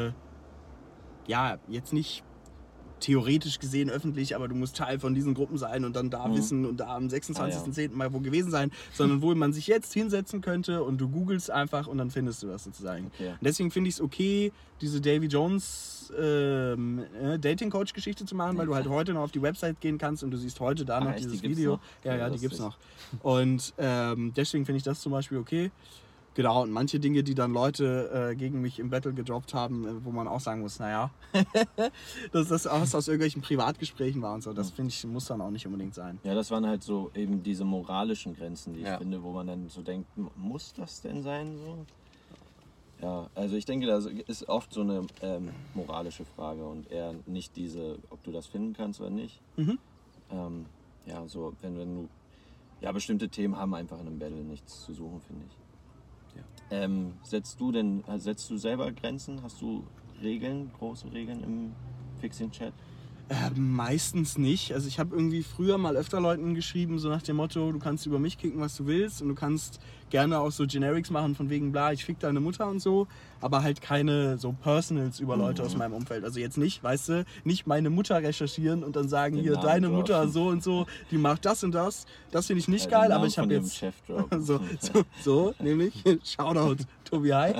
jetzt nicht theoretisch gesehen öffentlich, aber du musst Teil von diesen Gruppen sein und dann da wissen und da am 26.10. mal wo gewesen sein, sondern wo man sich jetzt hinsetzen könnte und du googelst einfach und dann findest du das sozusagen. Okay. Und deswegen finde ich es okay, diese Davy Jones Dating-Coach-Geschichte zu machen, weil du halt heute noch auf die Website gehen kannst und du siehst heute da noch echt, die dieses gibt's Video. noch? Ja, Okay, die lustig. gibt's noch. Und deswegen finde ich das zum Beispiel okay. Genau, und manche Dinge, die dann Leute gegen mich im Battle gedroppt haben, wo man auch sagen muss, naja, dass das aus irgendwelchen Privatgesprächen war und so, das finde ich, muss dann auch nicht unbedingt sein. Ja, das waren halt so eben diese moralischen Grenzen, die ich Ja. finde, wo man dann so denkt, muss das denn sein so? Ja, also ich denke, das ist oft so eine moralische Frage und eher nicht diese, ob du das finden kannst oder nicht. ja, so, wenn du, ja, bestimmte Themen haben einfach in einem Battle nichts zu suchen, finde ich. Ja. Setzt du selber Grenzen? Hast du Regeln, große Regeln im Fixing-Chat? Meistens nicht. Also ich habe irgendwie früher mal öfter Leuten geschrieben, so nach dem Motto, du kannst über mich kicken, was du willst und du kannst gerne auch so Generics machen von wegen, bla, ich fick deine Mutter und so, aber halt keine so Personals über Leute aus meinem Umfeld. Also jetzt nicht, weißt du, nicht meine Mutter recherchieren und dann sagen, Den hier, Namen deine droppen. Mutter so und so, die macht das und das. Das finde ich nicht Den geil, Namen aber ich von habe ihrem jetzt... Chef droppen. So, nämlich, Shoutout Tobi Hai.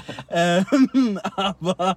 Aber...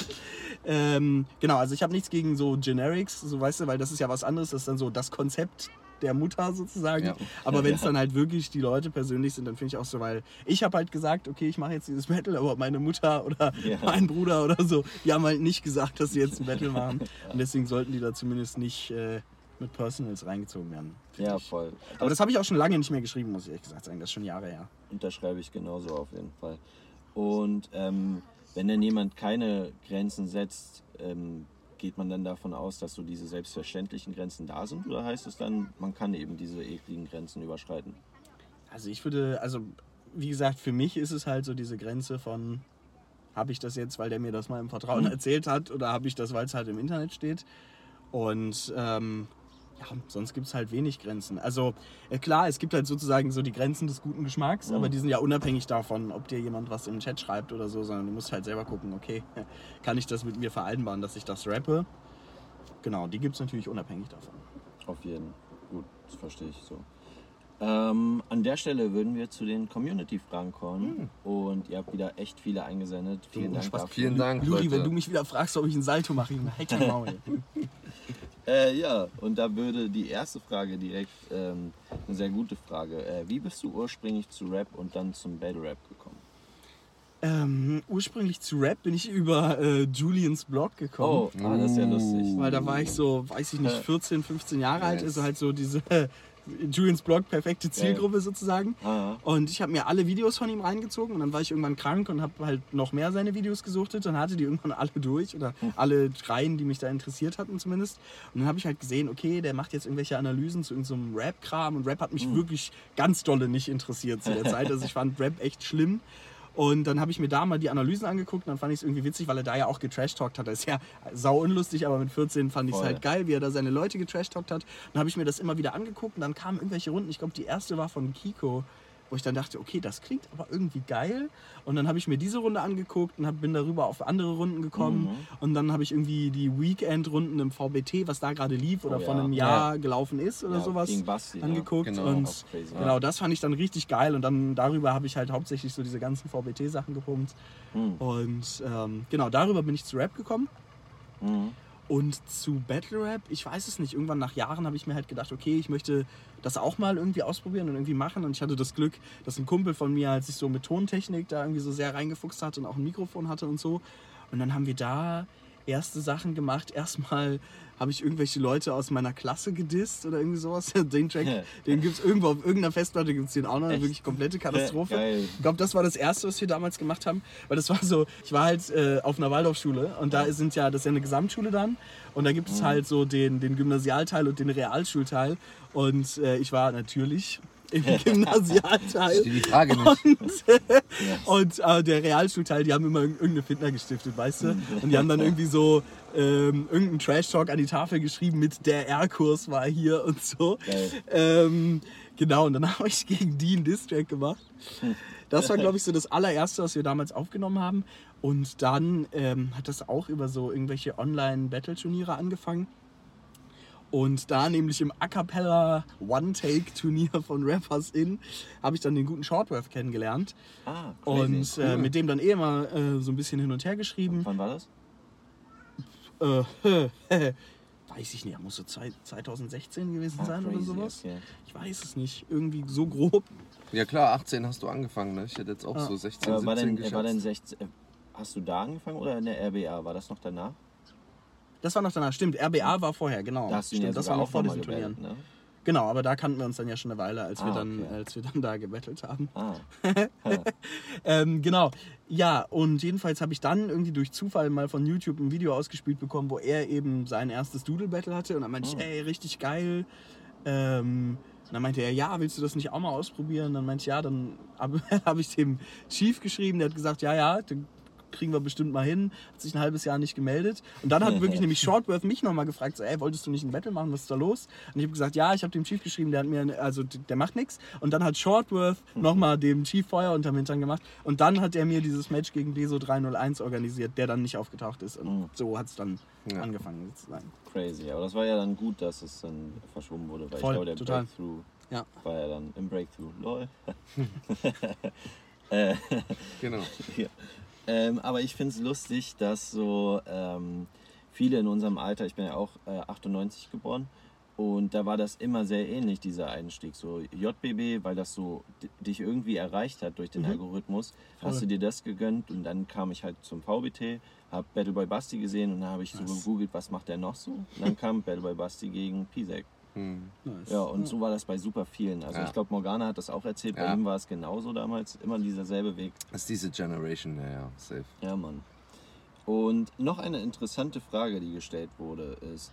genau, also ich habe nichts gegen so Generics, so weißt du, weil das ist ja was anderes, das ist dann so das Konzept der Mutter sozusagen. Ja. Aber wenn es dann halt wirklich die Leute persönlich sind, dann finde ich auch so, weil ich habe halt gesagt, okay, ich mache jetzt dieses Battle, aber meine Mutter oder Ja. mein Bruder oder so, die haben halt nicht gesagt, dass sie jetzt ein Battle machen. Und deswegen sollten die da zumindest nicht mit Personals reingezogen werden. Ja, ich. voll. Aber das habe ich auch schon lange nicht mehr geschrieben, muss ich ehrlich gesagt sagen. Das ist schon Jahre her. Unterschreibe ich genauso auf jeden Fall. Und wenn dann jemand keine Grenzen setzt, geht man dann davon aus, dass so diese selbstverständlichen Grenzen da sind? Oder heißt es dann, man kann eben diese ekligen Grenzen überschreiten? Also ich würde, also wie gesagt, für mich ist es halt so diese Grenze von, habe ich das jetzt, weil der mir das mal im Vertrauen erzählt hat, oder habe ich das, weil es halt im Internet steht? Und ja, sonst gibt es halt wenig Grenzen. Also klar, es gibt halt sozusagen so die Grenzen des guten Geschmacks, aber die sind ja unabhängig davon, ob dir jemand was im Chat schreibt oder so, sondern du musst halt selber gucken, okay, kann ich das mit mir vereinbaren, dass ich das rappe? Genau, die gibt es natürlich unabhängig davon. Auf jeden Fall. Gut, das verstehe ich so. An der Stelle würden wir zu den Community-Fragen kommen. Und ihr habt wieder echt viele eingesendet. Vielen Dank dafür. Vielen Dank, Ludi, Leute. wenn du mich wieder fragst, ob ich einen Salto mache, Junge, halt dein Maul. Ja, und da würde die erste Frage direkt eine sehr gute Frage. Wie bist du ursprünglich zu Rap und dann zum Battle Rap gekommen? Ursprünglich zu Rap bin ich über Julians Blog gekommen. Oh, das ist ja lustig. Weil da war ich so, weiß ich nicht, 14, 15 Jahre alt, Nice. also halt so diese Julians Blog perfekte Zielgruppe sozusagen. Ah. Und ich habe mir alle Videos von ihm reingezogen und dann war ich irgendwann krank und habe halt noch mehr seine Videos gesuchtet. Dann hatte die irgendwann alle durch oder alle Reihen, die mich da interessiert hatten zumindest. Und dann habe ich halt gesehen, okay, der macht jetzt irgendwelche Analysen zu irgendeinem Rap-Kram und Rap hat mich wirklich ganz dolle nicht interessiert zu der Zeit. Also ich fand Rap echt schlimm. Und dann habe ich mir da mal die Analysen angeguckt und dann fand ich es irgendwie witzig, weil er da ja auch getrashtalkt hat. Das ist ja sau unlustig, aber mit 14 fand ich es Voll. halt geil, wie er da seine Leute getrashtalkt hat. Dann habe ich mir das immer wieder angeguckt und dann kamen irgendwelche Runden. Ich glaube, die erste war von Kiko, wo ich dann dachte, okay, das klingt aber irgendwie geil. Und dann habe ich mir diese Runde angeguckt und bin darüber auf andere Runden gekommen. Und dann habe ich irgendwie die Weekend-Runden im VBT, was da gerade lief oder Oh ja. von einem Jahr gelaufen ist oder Ja, sowas, gegen Basti, angeguckt. Genau, und auch crazy. genau, das fand ich dann richtig geil. Und dann darüber habe ich halt hauptsächlich so diese ganzen VBT-Sachen gepumpt. Und genau, darüber bin ich zu Rap gekommen. Und zu Battle Rap, ich weiß es nicht, irgendwann nach Jahren habe ich mir halt gedacht, okay, ich möchte das auch mal irgendwie ausprobieren und irgendwie machen. Und ich hatte das Glück, dass ein Kumpel von mir halt sich so mit Tontechnik da irgendwie so sehr reingefuchst hat und auch ein Mikrofon hatte und so. Und dann haben wir da erste Sachen gemacht. Erstmal habe ich irgendwelche Leute aus meiner Klasse gedisst oder irgendwie sowas. Den Track, den gibt es irgendwo auf irgendeiner Festplatte, gibt es den auch noch. Eine wirklich komplette Katastrophe. Geil. Ich glaube, das war das Erste, was wir damals gemacht haben. Weil das war so, ich war halt auf einer Waldorfschule und da das ist ja eine Gesamtschule dann. Und da gibt es halt so den Gymnasialteil und den Realschulteil. Und ich war natürlich im Gymnasialteil. Die Frage nicht. Und der Realschulteil, die haben immer irgendeine Fitner gestiftet, weißt du? Und die haben dann irgendwie so irgendeinen Trash-Talk an die Tafel geschrieben mit der R-Kurs war hier und so. Genau, und dann habe ich gegen die einen Diss-Track gemacht. Das war, glaube ich, so das allererste, was wir damals aufgenommen haben. Und dann hat das auch über so irgendwelche Online-Battle-Turniere angefangen. Und da nämlich im A Cappella One-Take-Turnier von Rappers In habe ich dann den guten Shortwave kennengelernt. Ah, Und crazy. Cool. mit dem dann immer so ein bisschen hin und her geschrieben. Wann war das? Weiß ich nicht, muss so 2016 gewesen sein oder crazy, sowas. okay. Ich weiß es nicht, irgendwie so grob. Ja klar, 18 hast du angefangen, ne? Ich hätte jetzt auch so 16, Aber 17 war denn geschätzt. 16, hast du da angefangen oder in der RBA? War das noch danach? Das war noch danach, stimmt. RBA war vorher, genau. Da hast du ihn Stimmt, ja das sogar war noch auch vor noch mal diesen Turnieren. gemeldet, ne? Genau, aber da kannten wir uns dann ja schon eine Weile, als wir dann da gebettelt haben. Ah. Genau. Ja, und jedenfalls habe ich dann irgendwie durch Zufall mal von YouTube ein Video ausgespielt bekommen, wo er eben sein erstes Doodle-Battle hatte. Und dann meinte ich, ey, richtig geil. Und dann meinte er, ja, willst du das nicht auch mal ausprobieren? Dann meinte ich, ja, dann habe ich dem Chief geschrieben, der hat gesagt, ja, den kriegen wir bestimmt mal hin. Hat sich ein halbes Jahr nicht gemeldet. Und dann hat wirklich nämlich Shortworth mich nochmal gefragt, so, ey, wolltest du nicht ein Battle machen, was ist da los? Und ich habe gesagt, ja, ich habe dem Chief geschrieben, der macht nichts. Und dann hat Shortworth nochmal dem Chief Feuer unterm Hintern gemacht. Und dann hat er mir dieses Match gegen Deso 301 organisiert, der dann nicht aufgetaucht ist. Und so hat es dann angefangen sozusagen. Crazy, aber das war ja dann gut, dass es dann verschoben wurde, weil Voll, ich glaube, der total. Breakthrough Ja. war ja dann im Breakthrough. Lol. Genau. Ja. Aber ich finde es lustig, dass so viele in unserem Alter, ich bin ja auch 98 geboren, und da war das immer sehr ähnlich, dieser Einstieg. So JBB, weil das so dich irgendwie erreicht hat durch den Algorithmus, hast du dir das gegönnt, und dann kam ich halt zum VBT, habe Battleboy Basti gesehen und dann habe ich so gegoogelt, was macht der noch so? Und dann kam Battleboy Basti gegen Pisek. Nice. Ja, und so war das bei super vielen. Also Ja. ich glaube, Morgana hat das auch erzählt, bei Ja. ihm war es genauso damals, immer dieser selbe Weg. Das ist diese Generation, ja, safe. Ja, Mann. Und noch eine interessante Frage, die gestellt wurde, ist,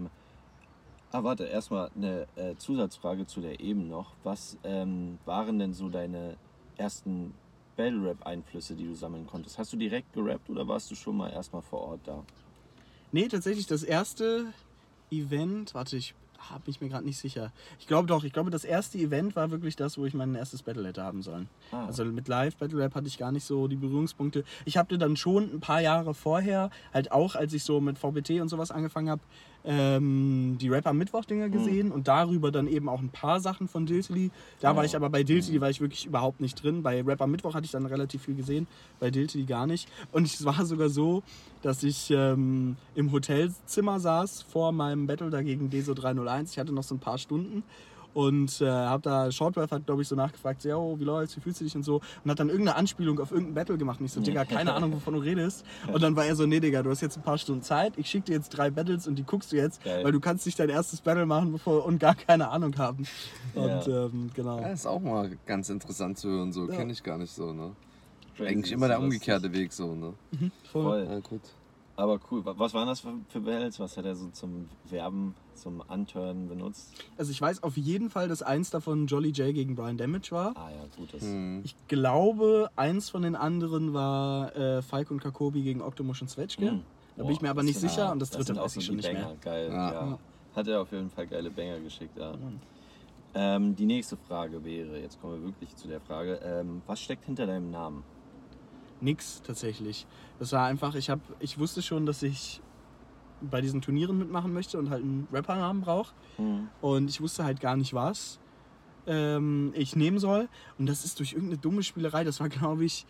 warte, erstmal eine Zusatzfrage zu der eben noch. Was waren denn so deine ersten Battle-Rap-Einflüsse, die du sammeln konntest? Hast du direkt gerappt oder warst du schon mal erstmal vor Ort da? Nee, tatsächlich das erste Event, warte, ich bin mir gerade nicht sicher. Ich glaube, das erste Event war wirklich das, wo ich mein erstes Battle hätte haben sollen. Ah. Also mit Live-Battle-Rap hatte ich gar nicht so die Berührungspunkte. Ich habe dann schon ein paar Jahre vorher, halt auch als ich so mit VBT und sowas angefangen habe, die Rap am Mittwoch-Dinger gesehen und darüber dann eben auch ein paar Sachen von Diltily. Da war ich aber bei Diltily war ich wirklich überhaupt nicht drin. Bei Rap am Mittwoch hatte ich dann relativ viel gesehen, bei Diltily gar nicht. Und es war sogar so, dass ich im Hotelzimmer saß vor meinem Battle da gegen Deso 301. Ich hatte noch so ein paar Stunden und habe da, Shortworth hat glaube ich so nachgefragt, so, yo, wie läuft's, wie fühlst du dich und so, und hat dann irgendeine Anspielung auf irgendein Battle gemacht und ich so, Digga, keine Ahnung, wovon du redest. Und dann war er so, nee, Digga, du hast jetzt ein paar Stunden Zeit, ich schicke dir jetzt 3 Battles und die guckst du jetzt, Geil. weil du kannst nicht dein erstes Battle machen und gar keine Ahnung haben. Und genau. Ja, ist auch mal ganz interessant zu hören, so kenne ich gar nicht so, ne? Crazy, Eigentlich immer der so lustig. umgekehrte Weg, so, ne? Voll. Ja, gut. Aber cool. Was waren das für Battles? Was hat er so zum Werben, zum Anturnen benutzt? Also ich weiß auf jeden Fall, dass eins davon Jolly J gegen Brian Damage war. Ah ja, gut. Das Ich glaube, eins von den anderen war Falk und Kakobi gegen Octomush und Zwetschge. Da bin ich mir aber nicht sicher und das dritte sind auch weiß so ich die schon nicht Banger. mehr. Geil, Ja. ja. Hat er auf jeden Fall geile Banger geschickt, ja. Die nächste Frage wäre, jetzt kommen wir wirklich zu der Frage, was steckt hinter deinem Namen? Nix tatsächlich. Das war einfach, ich wusste schon, dass ich bei diesen Turnieren mitmachen möchte und halt einen Rappernamen brauche. Und ich wusste halt gar nicht, was ich nehmen soll. Und das ist durch irgendeine dumme Spielerei, das war glaube ich,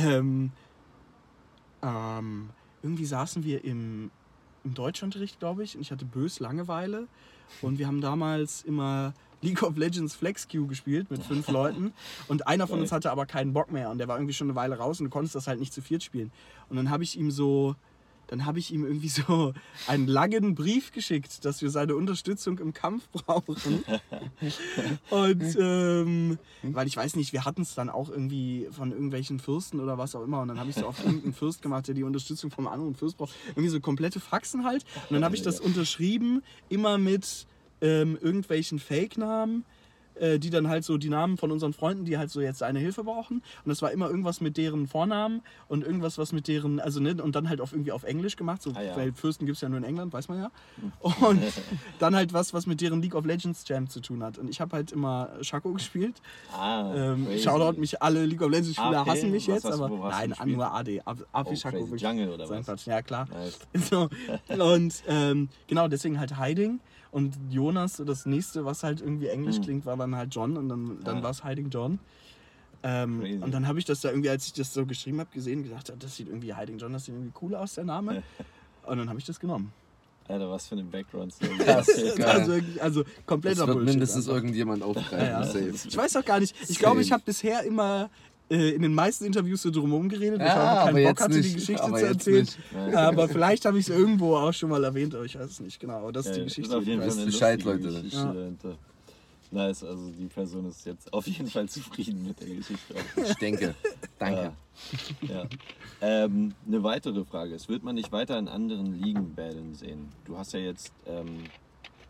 irgendwie saßen wir im Deutschunterricht, glaube ich, und ich hatte bös Langeweile. Und wir haben damals immer League of Legends Flex Queue gespielt mit 5 Leuten. Und einer von uns hatte aber keinen Bock mehr und der war irgendwie schon eine Weile raus und du konntest das halt nicht zu viert spielen. Und dann habe ich ihm irgendwie so einen langen Brief geschickt, dass wir seine Unterstützung im Kampf brauchen. Und weil ich weiß nicht, wir hatten es dann auch irgendwie von irgendwelchen Fürsten oder was auch immer. Und dann habe ich so auf irgendeinen Fürst gemacht, der die Unterstützung vom anderen Fürst braucht. Irgendwie so komplette Faxen halt. Und dann habe ich das unterschrieben, immer mit irgendwelchen Fake-Namen, die dann halt so die Namen von unseren Freunden, die halt so jetzt eine Hilfe brauchen. Und das war immer irgendwas mit deren Vornamen und irgendwas, was mit deren, also ne, und dann halt irgendwie auf Englisch gemacht, so, weil Fürsten gibt es ja nur in England, weiß man ja. Und dann halt was mit deren League of Legends Jam zu tun hat. Und ich habe halt immer Shaco gespielt. Crazy. Shoutout, mich alle League of Legends Spieler AP? hassen mich Was jetzt, hast du- aber wo hast du nein, gespielt? nur AD. AP Shaco crazy. wirklich. Jungle oder Sein was? Quatsch. Ja, klar. Nice. So. Und genau, deswegen halt Hiding. Und Jonas, das nächste, was halt irgendwie Englisch klingt, war dann halt John. Und dann war es Hiding John. Und dann habe ich das da irgendwie, als ich das so geschrieben habe, gesehen und gedacht, das sieht irgendwie Hiding John, das sieht irgendwie cool aus, der Name. Und dann habe ich das genommen. Alter, was für eine Background. Krass, geil. Also kompletter Das wird Bullshit. mindestens einfach. irgendjemand aufgreifen, Ja. safe. Ich weiß auch gar nicht. Ich glaube, ich habe bisher immer in den meisten Interviews so drumherum geredet, weil ich Ja, einfach aber keinen Bock jetzt hatte, die nicht. Geschichte Aber zu jetzt erzählen. nicht. Aber vielleicht habe ich es irgendwo auch schon mal erwähnt, aber ich weiß es nicht genau. Aber das ist die Ist Geschichte. auf jeden Fall Weißt eine Bescheid, lustige Leute. Geschichte dahinter. Nice, also die Person ist jetzt auf jeden Fall zufrieden mit der Geschichte. Ich denke. Danke. Ja. Eine weitere Frage ist, wird man dich weiter in anderen Ligen battlen sehen? Du hast ja jetzt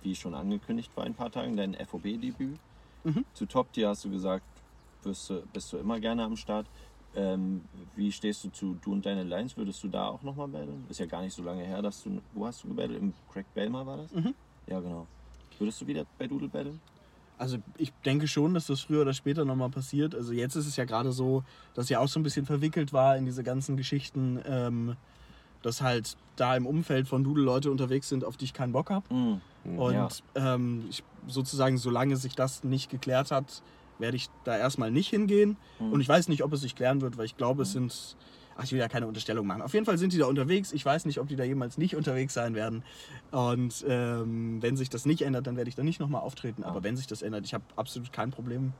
wie schon angekündigt vor ein paar Tagen, dein FOB-Debüt. Mhm. Zu Top Tier hast du gesagt, bist du immer gerne am Start. Wie stehst du zu Du und deine Lines? Würdest du da auch nochmal battlen? Ist ja gar nicht so lange her, dass du... Wo hast du gebattelt? Im Craig Belmar war das? Mhm. Ja, genau. Würdest du wieder bei Doodle battlen? Also ich denke schon, dass das früher oder später nochmal passiert. Also jetzt ist es ja gerade so, dass ja auch so ein bisschen verwickelt war in diese ganzen Geschichten, dass halt da im Umfeld von Doodle Leute unterwegs sind, auf die ich keinen Bock habe. Und ich, sozusagen, solange sich das nicht geklärt hat, werde ich da erstmal nicht hingehen. Und ich weiß nicht, ob es sich klären wird, weil ich glaube, es sind... Ach, ich will ja keine Unterstellung machen. Auf jeden Fall sind die da unterwegs. Ich weiß nicht, ob die da jemals nicht unterwegs sein werden. Und wenn sich das nicht ändert, dann werde ich da nicht nochmal auftreten. Aber wenn sich das ändert, ich habe absolut kein Problem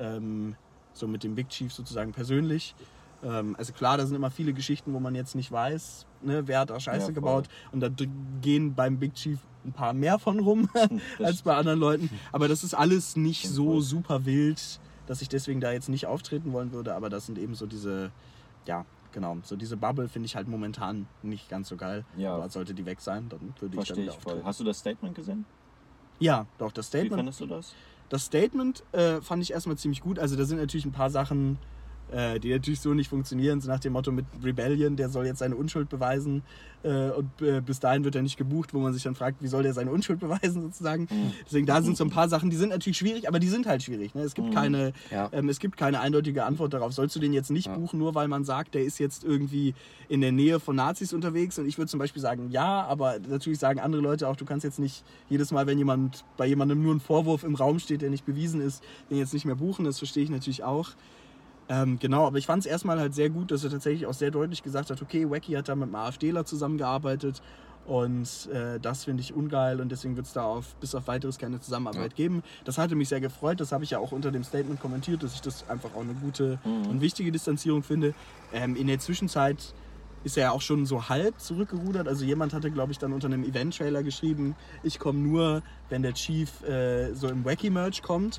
so mit dem Big Chief sozusagen persönlich. Also klar, da sind immer viele Geschichten, wo man jetzt nicht weiß, ne, wer hat da Scheiße gebaut. Und da gehen beim Big Chief ein paar mehr von rum als bei anderen Leuten. Aber das ist alles nicht so super wild, dass ich deswegen da jetzt nicht auftreten wollen würde. Aber das sind eben so diese, ja, genau, so diese Bubble finde ich halt momentan nicht ganz so geil. Ja. Aber sollte die weg sein, dann würde ich dann wieder auftreten. Hast du das Statement gesehen? Ja, doch, das Statement. Wie fandest du das? Das Statement fand ich erstmal ziemlich gut. Also da sind natürlich ein paar Sachen, die natürlich so nicht funktionieren. So nach dem Motto mit Rebellion, der soll jetzt seine Unschuld beweisen und bis dahin wird er nicht gebucht, wo man sich dann fragt, wie soll der seine Unschuld beweisen sozusagen. Deswegen da sind so ein paar Sachen, die sind natürlich schwierig, aber die sind halt schwierig. Ne? Es gibt keine eindeutige Antwort darauf. Sollst du den jetzt nicht buchen, nur weil man sagt, der ist jetzt irgendwie in der Nähe von Nazis unterwegs? Und ich würde zum Beispiel sagen, ja, aber natürlich sagen andere Leute auch, du kannst jetzt nicht jedes Mal, wenn bei jemandem nur ein Vorwurf im Raum steht, der nicht bewiesen ist, den jetzt nicht mehr buchen. Das verstehe ich natürlich auch. Genau, aber ich fand es erstmal halt sehr gut, dass er tatsächlich auch sehr deutlich gesagt hat, okay, Wacky hat da mit einem AfDler zusammengearbeitet und das finde ich ungeil und deswegen wird es da bis auf weiteres keine Zusammenarbeit geben. Das hatte mich sehr gefreut, das habe ich ja auch unter dem Statement kommentiert, dass ich das einfach auch eine gute und wichtige Distanzierung finde. In der Zwischenzeit ist er ja auch schon so halb zurückgerudert, also jemand hatte, glaube ich, dann unter einem Event-Trailer geschrieben, ich komme nur, wenn der Chief so im Wacky-Merch kommt.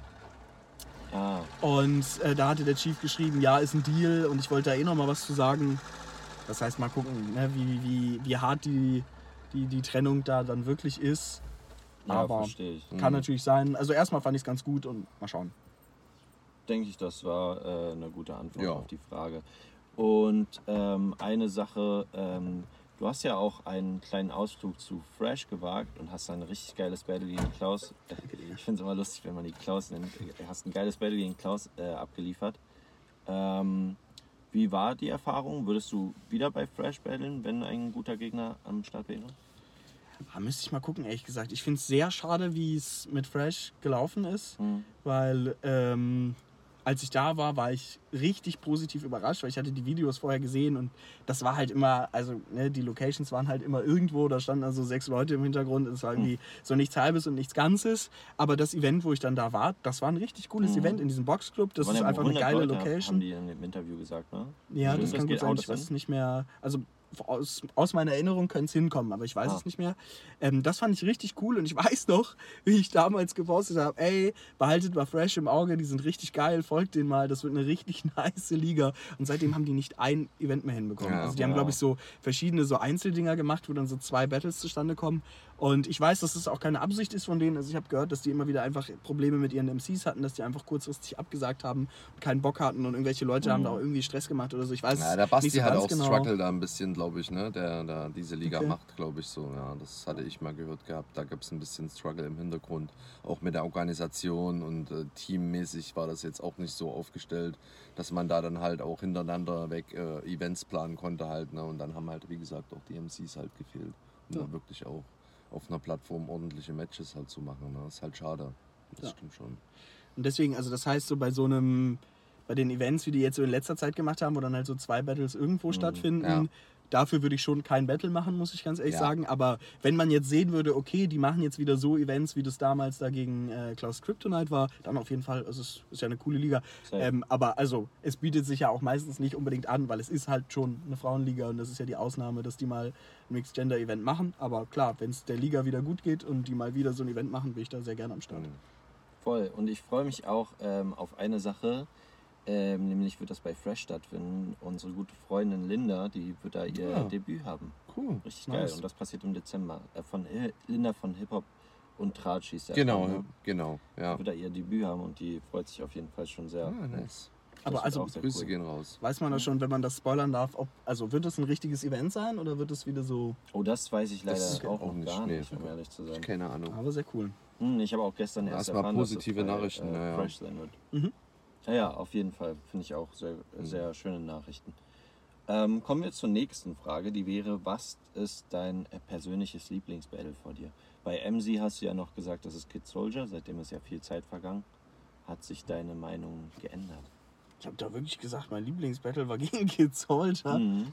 Und da hatte der Chief geschrieben, ja, ist ein Deal und ich wollte da eh noch mal was zu sagen. Das heißt, mal gucken, ne, wie hart die Trennung da dann wirklich ist. Ja, aber verstehe ich. kann natürlich sein. Also erstmal fand ich es ganz gut und mal schauen. Denke ich, das war eine gute Antwort auf die Frage. Und eine Sache, du hast ja auch einen kleinen Ausflug zu Fresh gewagt und hast ein richtig geiles Battle gegen Klaus. Ich finde es immer lustig, wenn man die Klaus nennt. Du hast ein geiles Battle gegen Klaus abgeliefert. Wie war die Erfahrung? Würdest du wieder bei Fresh battlen, wenn ein guter Gegner am Start wäre? Müsste ich mal gucken, ehrlich gesagt. Ich finde es sehr schade, wie es mit Fresh gelaufen ist, weil als ich da war ich richtig positiv überrascht, weil ich hatte die Videos vorher gesehen und das war halt immer, also ne, die Locations waren halt immer irgendwo, da standen also 6 Leute im Hintergrund, es war irgendwie so nichts Halbes und nichts Ganzes, aber das Event, wo ich dann da war, das war ein richtig cooles Event in diesem Boxclub, das ist einfach eine geile Leute, Location. Haben die in dem Interview gesagt, ne? Ja, Stimmt, das kann gut sein, ich weiß es nicht mehr, also aus meiner Erinnerung könnte es hinkommen, aber ich weiß es nicht mehr. Das fand ich richtig cool und ich weiß noch, wie ich damals gepostet habe, ey, behaltet mal Fresh im Auge, die sind richtig geil, folgt denen mal, das wird eine richtig nice Liga. Und seitdem haben die nicht ein Event mehr hinbekommen. Ja, also die haben, glaube ich, so verschiedene so Einzeldinger gemacht, wo dann so 2 Battles zustande kommen. Und ich weiß, dass das auch keine Absicht ist von denen. Also ich habe gehört, dass die immer wieder einfach Probleme mit ihren MCs hatten, dass die einfach kurzfristig abgesagt haben und keinen Bock hatten und irgendwelche Leute haben da auch irgendwie Stress gemacht oder so. Ich weiß der Basti nicht so hat ganz auch genau. Struggle da ein bisschen, glaube ich, ne? Der diese Liga macht, glaube ich, so. Ja, das hatte ich mal gehört gehabt. Da gab es ein bisschen Struggle im Hintergrund. Auch mit der Organisation und teammäßig war das jetzt auch nicht so aufgestellt, dass man da dann halt auch hintereinander weg Events planen konnte halt. Ne? Und dann haben halt, wie gesagt, auch die MCs halt gefehlt. Um da wirklich auch auf einer Plattform ordentliche Matches halt zu machen. Ne? Das ist halt schade. Das stimmt schon. Und deswegen, also das heißt so bei den Events, wie die jetzt so in letzter Zeit gemacht haben, wo dann halt so 2 Battles irgendwo stattfinden, dafür würde ich schon kein Battle machen, muss ich ganz ehrlich sagen. Aber wenn man jetzt sehen würde, okay, die machen jetzt wieder so Events, wie das damals da gegen Klaus Kryptonite war, dann auf jeden Fall, also es ist ja eine coole Liga. Aber also es bietet sich ja auch meistens nicht unbedingt an, weil es ist halt schon eine Frauenliga und das ist ja die Ausnahme, dass die mal ein Mixed-Gender-Event machen. Aber klar, wenn es der Liga wieder gut geht und die mal wieder so ein Event machen, bin ich da sehr gerne am Start. Voll. Und ich freue mich auch auf eine Sache. Nämlich wird das bei Fresh stattfinden. Unsere gute Freundin Linda, die wird da ihr Debüt haben. Cool. Richtig geil. Und das passiert im Dezember. Linda von Hip-Hop und Tratsch hieß der. Genau, ne? genau, ja. Wird er ihr Debüt haben und die freut sich auf jeden Fall schon sehr. Ah, nice. Aber wird also auch sehr Grüße cool. gehen raus. weiß man da schon, wenn man das spoilern darf, also wird es ein richtiges Event sein oder wird es wieder so, Oh, das weiß ich leider Das auch auch noch nicht, gar nee. nicht, um ehrlich zu sein. Keine Ahnung. aber sehr cool. Ich habe auch gestern erst Erstmal erfahren, positive dass es bei, Nachrichten, ja. Fresh sein wird. Mhm. Ja, auf jeden Fall. Finde ich auch sehr, sehr schöne Nachrichten. Kommen wir zur nächsten Frage, die wäre, was ist dein persönliches Lieblingsbattle vor dir? Bei MC hast du ja noch gesagt, das ist Kid Soldier, seitdem ist ja viel Zeit vergangen. Hat sich deine Meinung geändert? Ich habe da wirklich gesagt, mein Lieblingsbattle war gegen Kid Soldier. Mhm.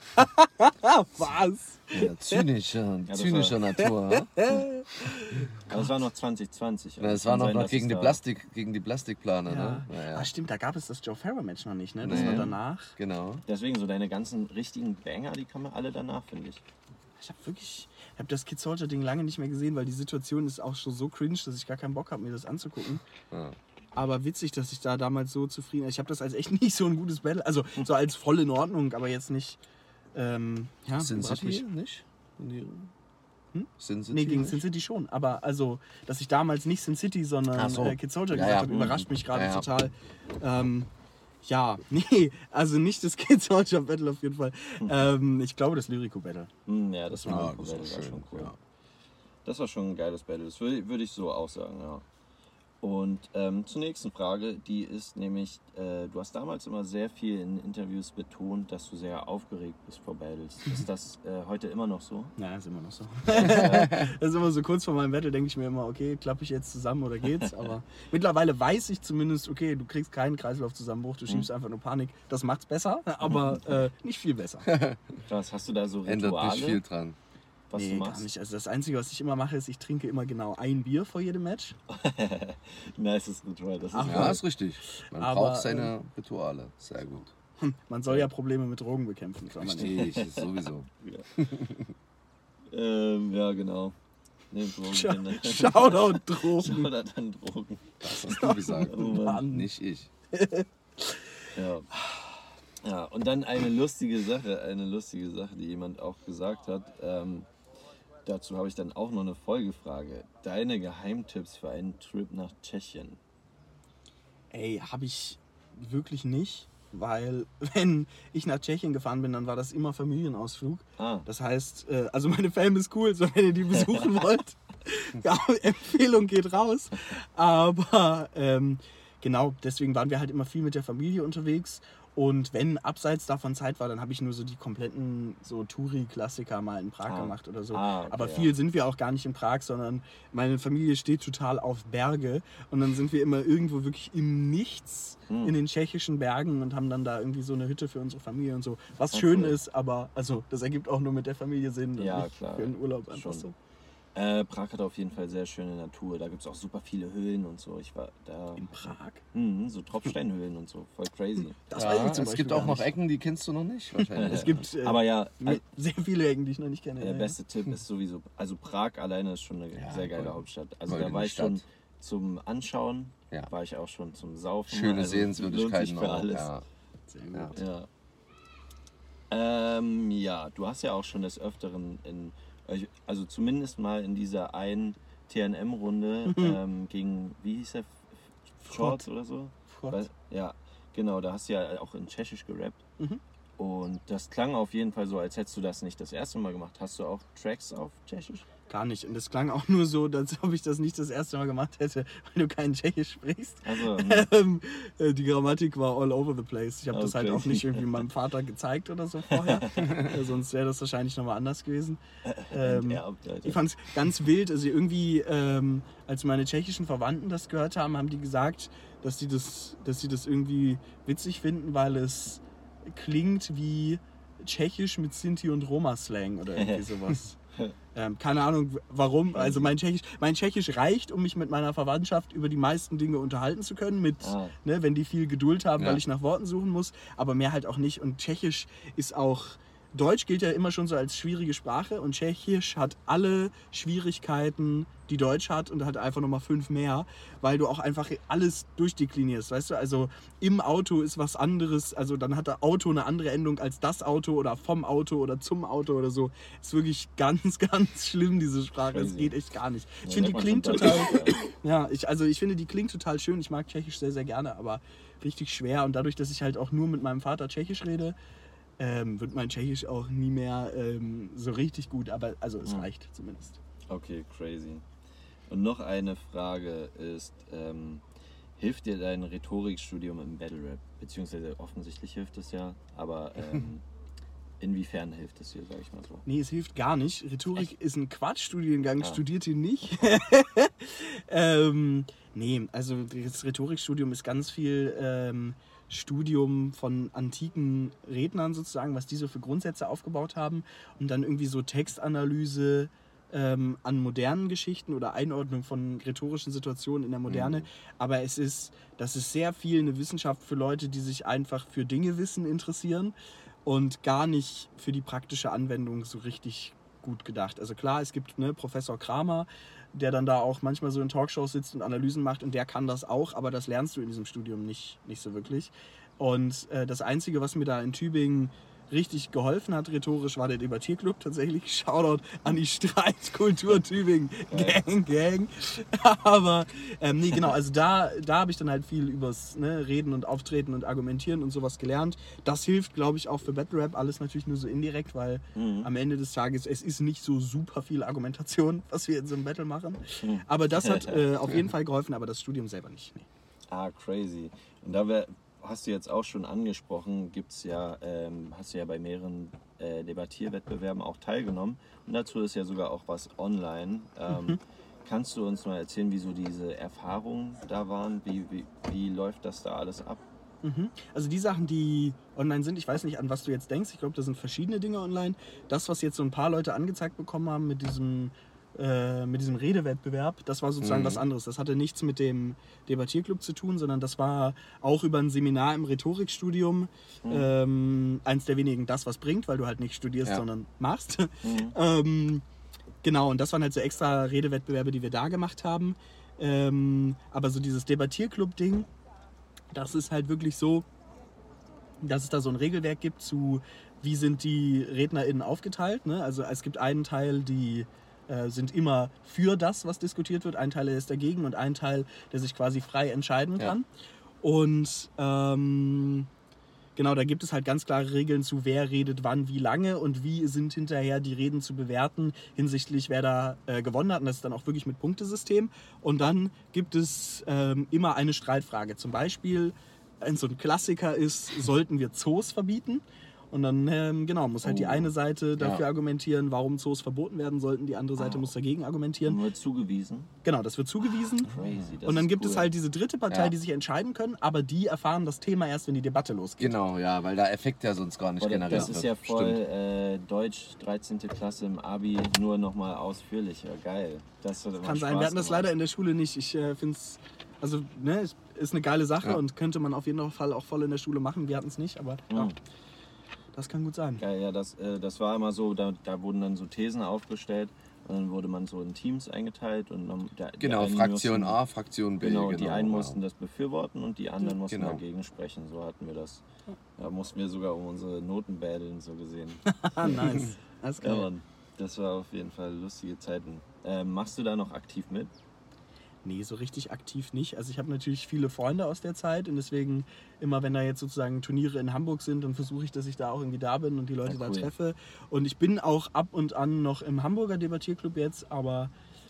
Was? Ja, zynischer das Natur. Ha? Aber es war noch 2020. Na, also es war kann noch sein, dass gegen es die Plastikplaner, Ja. ne? Naja. Ah, stimmt, da gab es das Joe Farrow-Match noch nicht, ne? Das Nee. war danach. Genau. Deswegen so deine ganzen richtigen Banger, die kann man alle danach, finde ich. Ich habe das Kid Soldier-Ding lange nicht mehr gesehen, weil die Situation ist auch schon so cringe, dass ich gar keinen Bock habe, mir das anzugucken. Ja. Aber witzig, dass ich da damals so zufrieden war. Ich habe das als echt nicht so ein gutes Battle, also so als voll in Ordnung, aber jetzt nicht. Ja, Sin überrascht City mich. nicht? Sin City Nee, gegen nicht? Sin City schon. Aber also, dass ich damals nicht Sin City, sondern Ach so. Kid Soldier Ja, gesagt ja. habe, überrascht mich gerade Ja, ja. total. Ja, nee, also nicht das Kid Soldier Battle auf jeden Fall. Ich glaube das Lyrico Battle. Ja, das Ja, war, das war war schön. schon cool. Ja. Das war schon ein geiles Battle. Das würde ich so auch sagen, ja. Und zur nächsten Frage, die ist nämlich, du hast damals immer sehr viel in Interviews betont, dass du sehr aufgeregt bist vor Battles. Ist das heute immer noch so? Ja, ist immer noch so. Das ist immer so kurz vor meinem Battle, denke ich mir immer, okay, klappe ich jetzt zusammen oder geht's? Aber mittlerweile weiß ich zumindest, okay, du kriegst keinen Kreislaufzusammenbruch, du schiebst einfach nur Panik. Das macht's besser, aber nicht viel besser. Krass, hast du da so Rituale, Ändert nicht viel dran. was du Nee, machst? gar nicht. Also das Einzige, was ich immer mache, ist, ich trinke immer genau ein Bier vor jedem Match. Nice Ritual, das ist Ach, Ja, ist richtig. Man Aber, braucht seine Rituale. Sehr gut. Man soll ja Probleme mit Drogen bekämpfen. Soll man nicht. Richtig, sowieso. ja, genau. Nee, Drogen. Shoutout Drogen. Oder dann Drogen. Das hast du gesagt. Oh Mann. Nicht ich. Ja. Ja, und dann eine lustige Sache, die jemand auch gesagt hat. Dazu habe ich dann auch noch eine Folgefrage. Deine Geheimtipps für einen Trip nach Tschechien? Ey, habe ich wirklich nicht, weil wenn ich nach Tschechien gefahren bin, dann war das immer Familienausflug. Ah, Das heißt, also meine Fam ist cool, so wenn ihr die besuchen wollt. Ja, Empfehlung geht raus. Aber genau, deswegen waren wir halt immer viel mit der Familie unterwegs. Und wenn abseits davon Zeit war, dann habe ich nur so die kompletten so Touri-Klassiker mal in Prag gemacht oder so. Ah, okay, Aber ja. viel sind wir auch gar nicht in Prag, sondern meine Familie steht total auf Berge. Und dann sind wir immer irgendwo wirklich im Nichts in den tschechischen Bergen und haben dann da irgendwie so eine Hütte für unsere Familie und so. Was schön cool. ist, aber also das ergibt auch nur mit der Familie Sinn und Ja, nicht klar. für einen Urlaub einfach Schon. so. Prag hat auf jeden Fall sehr schöne Natur. Da gibt es auch super viele Höhlen und so. Ich war da. In Prag? So Tropfsteinhöhlen und so. Voll crazy. Das weiß Ja, ich zum es Beispiel gibt auch gar noch nicht. Ecken, die kennst du noch nicht wahrscheinlich. Es gibt Aber ja, sehr viele Ecken, die ich noch nicht kenne. der Ja. beste Tipp ist sowieso, also Prag alleine ist schon eine Ja, sehr geile gold- Hauptstadt. Also da goldene war ich schon Stadt. zum Anschauen, Ja. war ich auch schon zum Saufen. Schöne also Sehenswürdigkeiten lohnt sich für auch. alles. Ja. Sehr gut. Ja. Ja, du hast ja auch schon des Öfteren also zumindest mal in dieser einen TNM-Runde gegen, wie hieß der? Shorts oder so? Gott. Ja, genau, da hast du ja auch in Tschechisch gerappt. Mhm. Und das klang auf jeden Fall so, als hättest du das nicht das erste Mal gemacht. Hast du auch Tracks auf Tschechisch? Gar nicht. Und das klang auch nur so, als ob ich das nicht das erste Mal gemacht hätte, weil du kein Tschechisch sprichst. Also, Die Grammatik war all over the place. Ich habe das halt Okay. auch nicht irgendwie meinem Vater gezeigt oder so vorher. Sonst wäre das wahrscheinlich nochmal anders gewesen. Ich fand es ganz wild. Also irgendwie, als meine tschechischen Verwandten das gehört haben, haben die gesagt, dass sie das irgendwie witzig finden, weil es klingt wie Tschechisch mit Sinti und Roma-Slang oder irgendwie sowas. Keine Ahnung warum. Also mein Tschechisch reicht, um mich mit meiner Verwandtschaft über die meisten Dinge unterhalten zu können, wenn die viel Geduld haben, Ja. weil ich nach Worten suchen muss, aber mehr halt auch nicht. Und Tschechisch ist auch Deutsch gilt ja immer schon so als schwierige Sprache und Tschechisch hat alle Schwierigkeiten, die Deutsch hat und hat einfach nochmal 5 mehr, weil du auch einfach alles durchdeklinierst, weißt du? Also im Auto ist was anderes, also dann hat der Auto eine andere Endung als das Auto oder vom Auto oder zum Auto oder so. Ist wirklich ganz, ganz schlimm, diese Sprache. Es geht echt gar nicht. Ich finde, die klingt total... Ja, ich finde, die klingt total schön. Ich mag Tschechisch sehr, sehr gerne, aber richtig schwer. Und dadurch, dass ich halt auch nur mit meinem Vater Tschechisch rede, wird mein Tschechisch auch nie mehr so richtig gut. Aber also es reicht zumindest. Okay, crazy. Und noch eine Frage ist, hilft dir dein Rhetorikstudium im Battle Rap? Beziehungsweise offensichtlich hilft es ja, aber inwiefern hilft es dir, sag ich mal so? Nee, es hilft gar nicht. Rhetorik ist ein Quatschstudiengang, studiert ihr nicht. Nee, also das Rhetorikstudium ist ganz viel Studium von antiken Rednern sozusagen, was die so für Grundsätze aufgebaut haben und dann irgendwie so Textanalyse an modernen Geschichten oder Einordnung von rhetorischen Situationen in der Moderne. Aber das ist sehr viel eine Wissenschaft für Leute, die sich einfach für Dinge wissen, interessieren und gar nicht für die praktische Anwendung so richtig gut gedacht. Also klar, es gibt Professor Kramer, der dann da auch manchmal so in Talkshows sitzt und Analysen macht und der kann das auch, aber das lernst du in diesem Studium nicht so wirklich. Und das Einzige, was mir da in Tübingen richtig geholfen hat rhetorisch, war der Debattierclub tatsächlich. Shoutout an die Streitkultur Tübingen. Gang, Gang. Aber nee, genau, also da habe ich dann halt viel übers Reden und Auftreten und Argumentieren und sowas gelernt. Das hilft, glaube ich, auch für Battle Rap. Alles natürlich nur so indirekt, weil am Ende des Tages, es ist nicht so super viel Argumentation, was wir in so einem Battle machen. Aber das hat auf jeden Fall geholfen, aber das Studium selber nicht. Nee. Ah, crazy. Und hast du jetzt auch schon angesprochen, hast du ja bei mehreren Debattierwettbewerben auch teilgenommen. Und dazu ist ja sogar auch was online. Kannst du uns mal erzählen, wie so diese Erfahrungen da waren? Wie läuft das da alles ab? Also die Sachen, die online sind, ich weiß nicht, an was du jetzt denkst. Ich glaube, da sind verschiedene Dinge online. Das, was jetzt so ein paar Leute angezeigt bekommen haben mit diesem Redewettbewerb, das war sozusagen was anderes. Das hatte nichts mit dem Debattierclub zu tun, sondern das war auch über ein Seminar im Rhetorikstudium. Eins der wenigen, das was bringt, weil du halt nicht studierst, sondern machst. Genau, und das waren halt so extra Redewettbewerbe, die wir da gemacht haben. Aber so dieses Debattierclub-Ding, das ist halt wirklich so, dass es da so ein Regelwerk gibt zu, wie sind die RednerInnen aufgeteilt. Ne? Also es gibt einen Teil, die sind immer für das, was diskutiert wird. Ein Teil ist dagegen und ein Teil, der sich quasi frei entscheiden kann. Und genau, da gibt es halt ganz klare Regeln zu, wer redet wann, wie lange und wie sind hinterher die Reden zu bewerten hinsichtlich, wer da gewonnen hat. Und das ist dann auch wirklich mit Punktesystem. Und dann gibt es immer eine Streitfrage. Zum Beispiel, so ein Klassiker ist, sollten wir Zoos verbieten? Und dann muss halt die eine Seite dafür argumentieren, warum Zoos verboten werden sollten. Die andere Seite muss dagegen argumentieren. Und wird zugewiesen? Genau, das wird zugewiesen. Crazy, und dann gibt es halt diese dritte Partei, die sich entscheiden können, aber die erfahren das Thema erst, wenn die Debatte losgeht. Genau, ja, weil der Effekt ja sonst gar nicht generiert wird. Das ist ja voll Deutsch, 13. Klasse im Abi, nur nochmal ausführlicher. Geil. Das kann sein, wir hatten das leider in der Schule nicht. Ich finde es, also ist eine geile Sache und könnte man auf jeden Fall auch voll in der Schule machen. Wir hatten es nicht, aber ja. Das kann gut sein. Geil, ja, das war immer so, da wurden dann so Thesen aufgestellt und dann wurde man so in Teams eingeteilt. Und dann, Fraktion A, Fraktion B. Genau, die einen mussten das befürworten und die anderen mussten dagegen sprechen. So hatten wir das. Da mussten wir sogar um unsere Noten battlen, so gesehen. Nice. Das ist geil. Ja, das war auf jeden Fall lustige Zeiten. Machst du da noch aktiv mit? Nee, so richtig aktiv nicht. Also ich habe natürlich viele Freunde aus der Zeit und deswegen immer, wenn da jetzt sozusagen Turniere in Hamburg sind, dann versuche ich, dass ich da auch irgendwie da bin und die Leute da treffe. Und ich bin auch ab und an noch im Hamburger Debattierclub jetzt, aber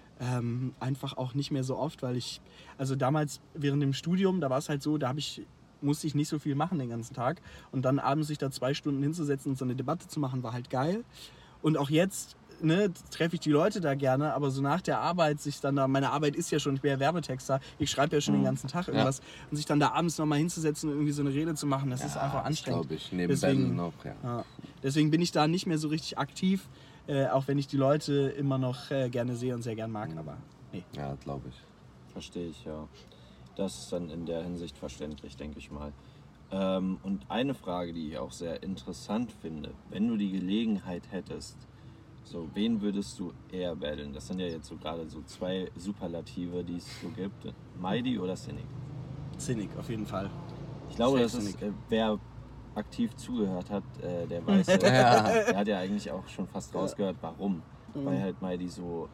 einfach auch nicht mehr so oft, weil also damals während dem Studium, da war es halt so, musste ich nicht so viel machen den ganzen Tag und dann abends sich da 2 Stunden hinzusetzen und so eine Debatte zu machen, war halt geil. Und auch jetzt treffe ich die Leute da gerne, aber so nach der Arbeit meine Arbeit ist ja schon, ich bin ja Werbetexter, ich schreibe ja schon den ganzen Tag irgendwas und sich dann da abends nochmal hinzusetzen und irgendwie so eine Rede zu machen, das ist einfach anstrengend. Glaube ich, neben Battle noch, deswegen bin ich da nicht mehr so richtig aktiv, auch wenn ich die Leute immer noch gerne sehe und sehr gern mag, aber nee. Ja, glaube ich. Verstehe ich, ja. Das ist dann in der Hinsicht verständlich, denke ich mal. Und eine Frage, die ich auch sehr interessant finde, wenn du die Gelegenheit hättest, so, wen würdest du eher battlen? Das sind ja jetzt so gerade so 2 Superlative, die es so gibt. Mighty oder Cynic? Cynic, auf jeden Fall. Ich glaube, Safe das ist, Cynic. wer aktiv zugehört hat, der weiß, Ja. der hat ja eigentlich auch schon fast rausgehört, warum. Weil halt Mighty so,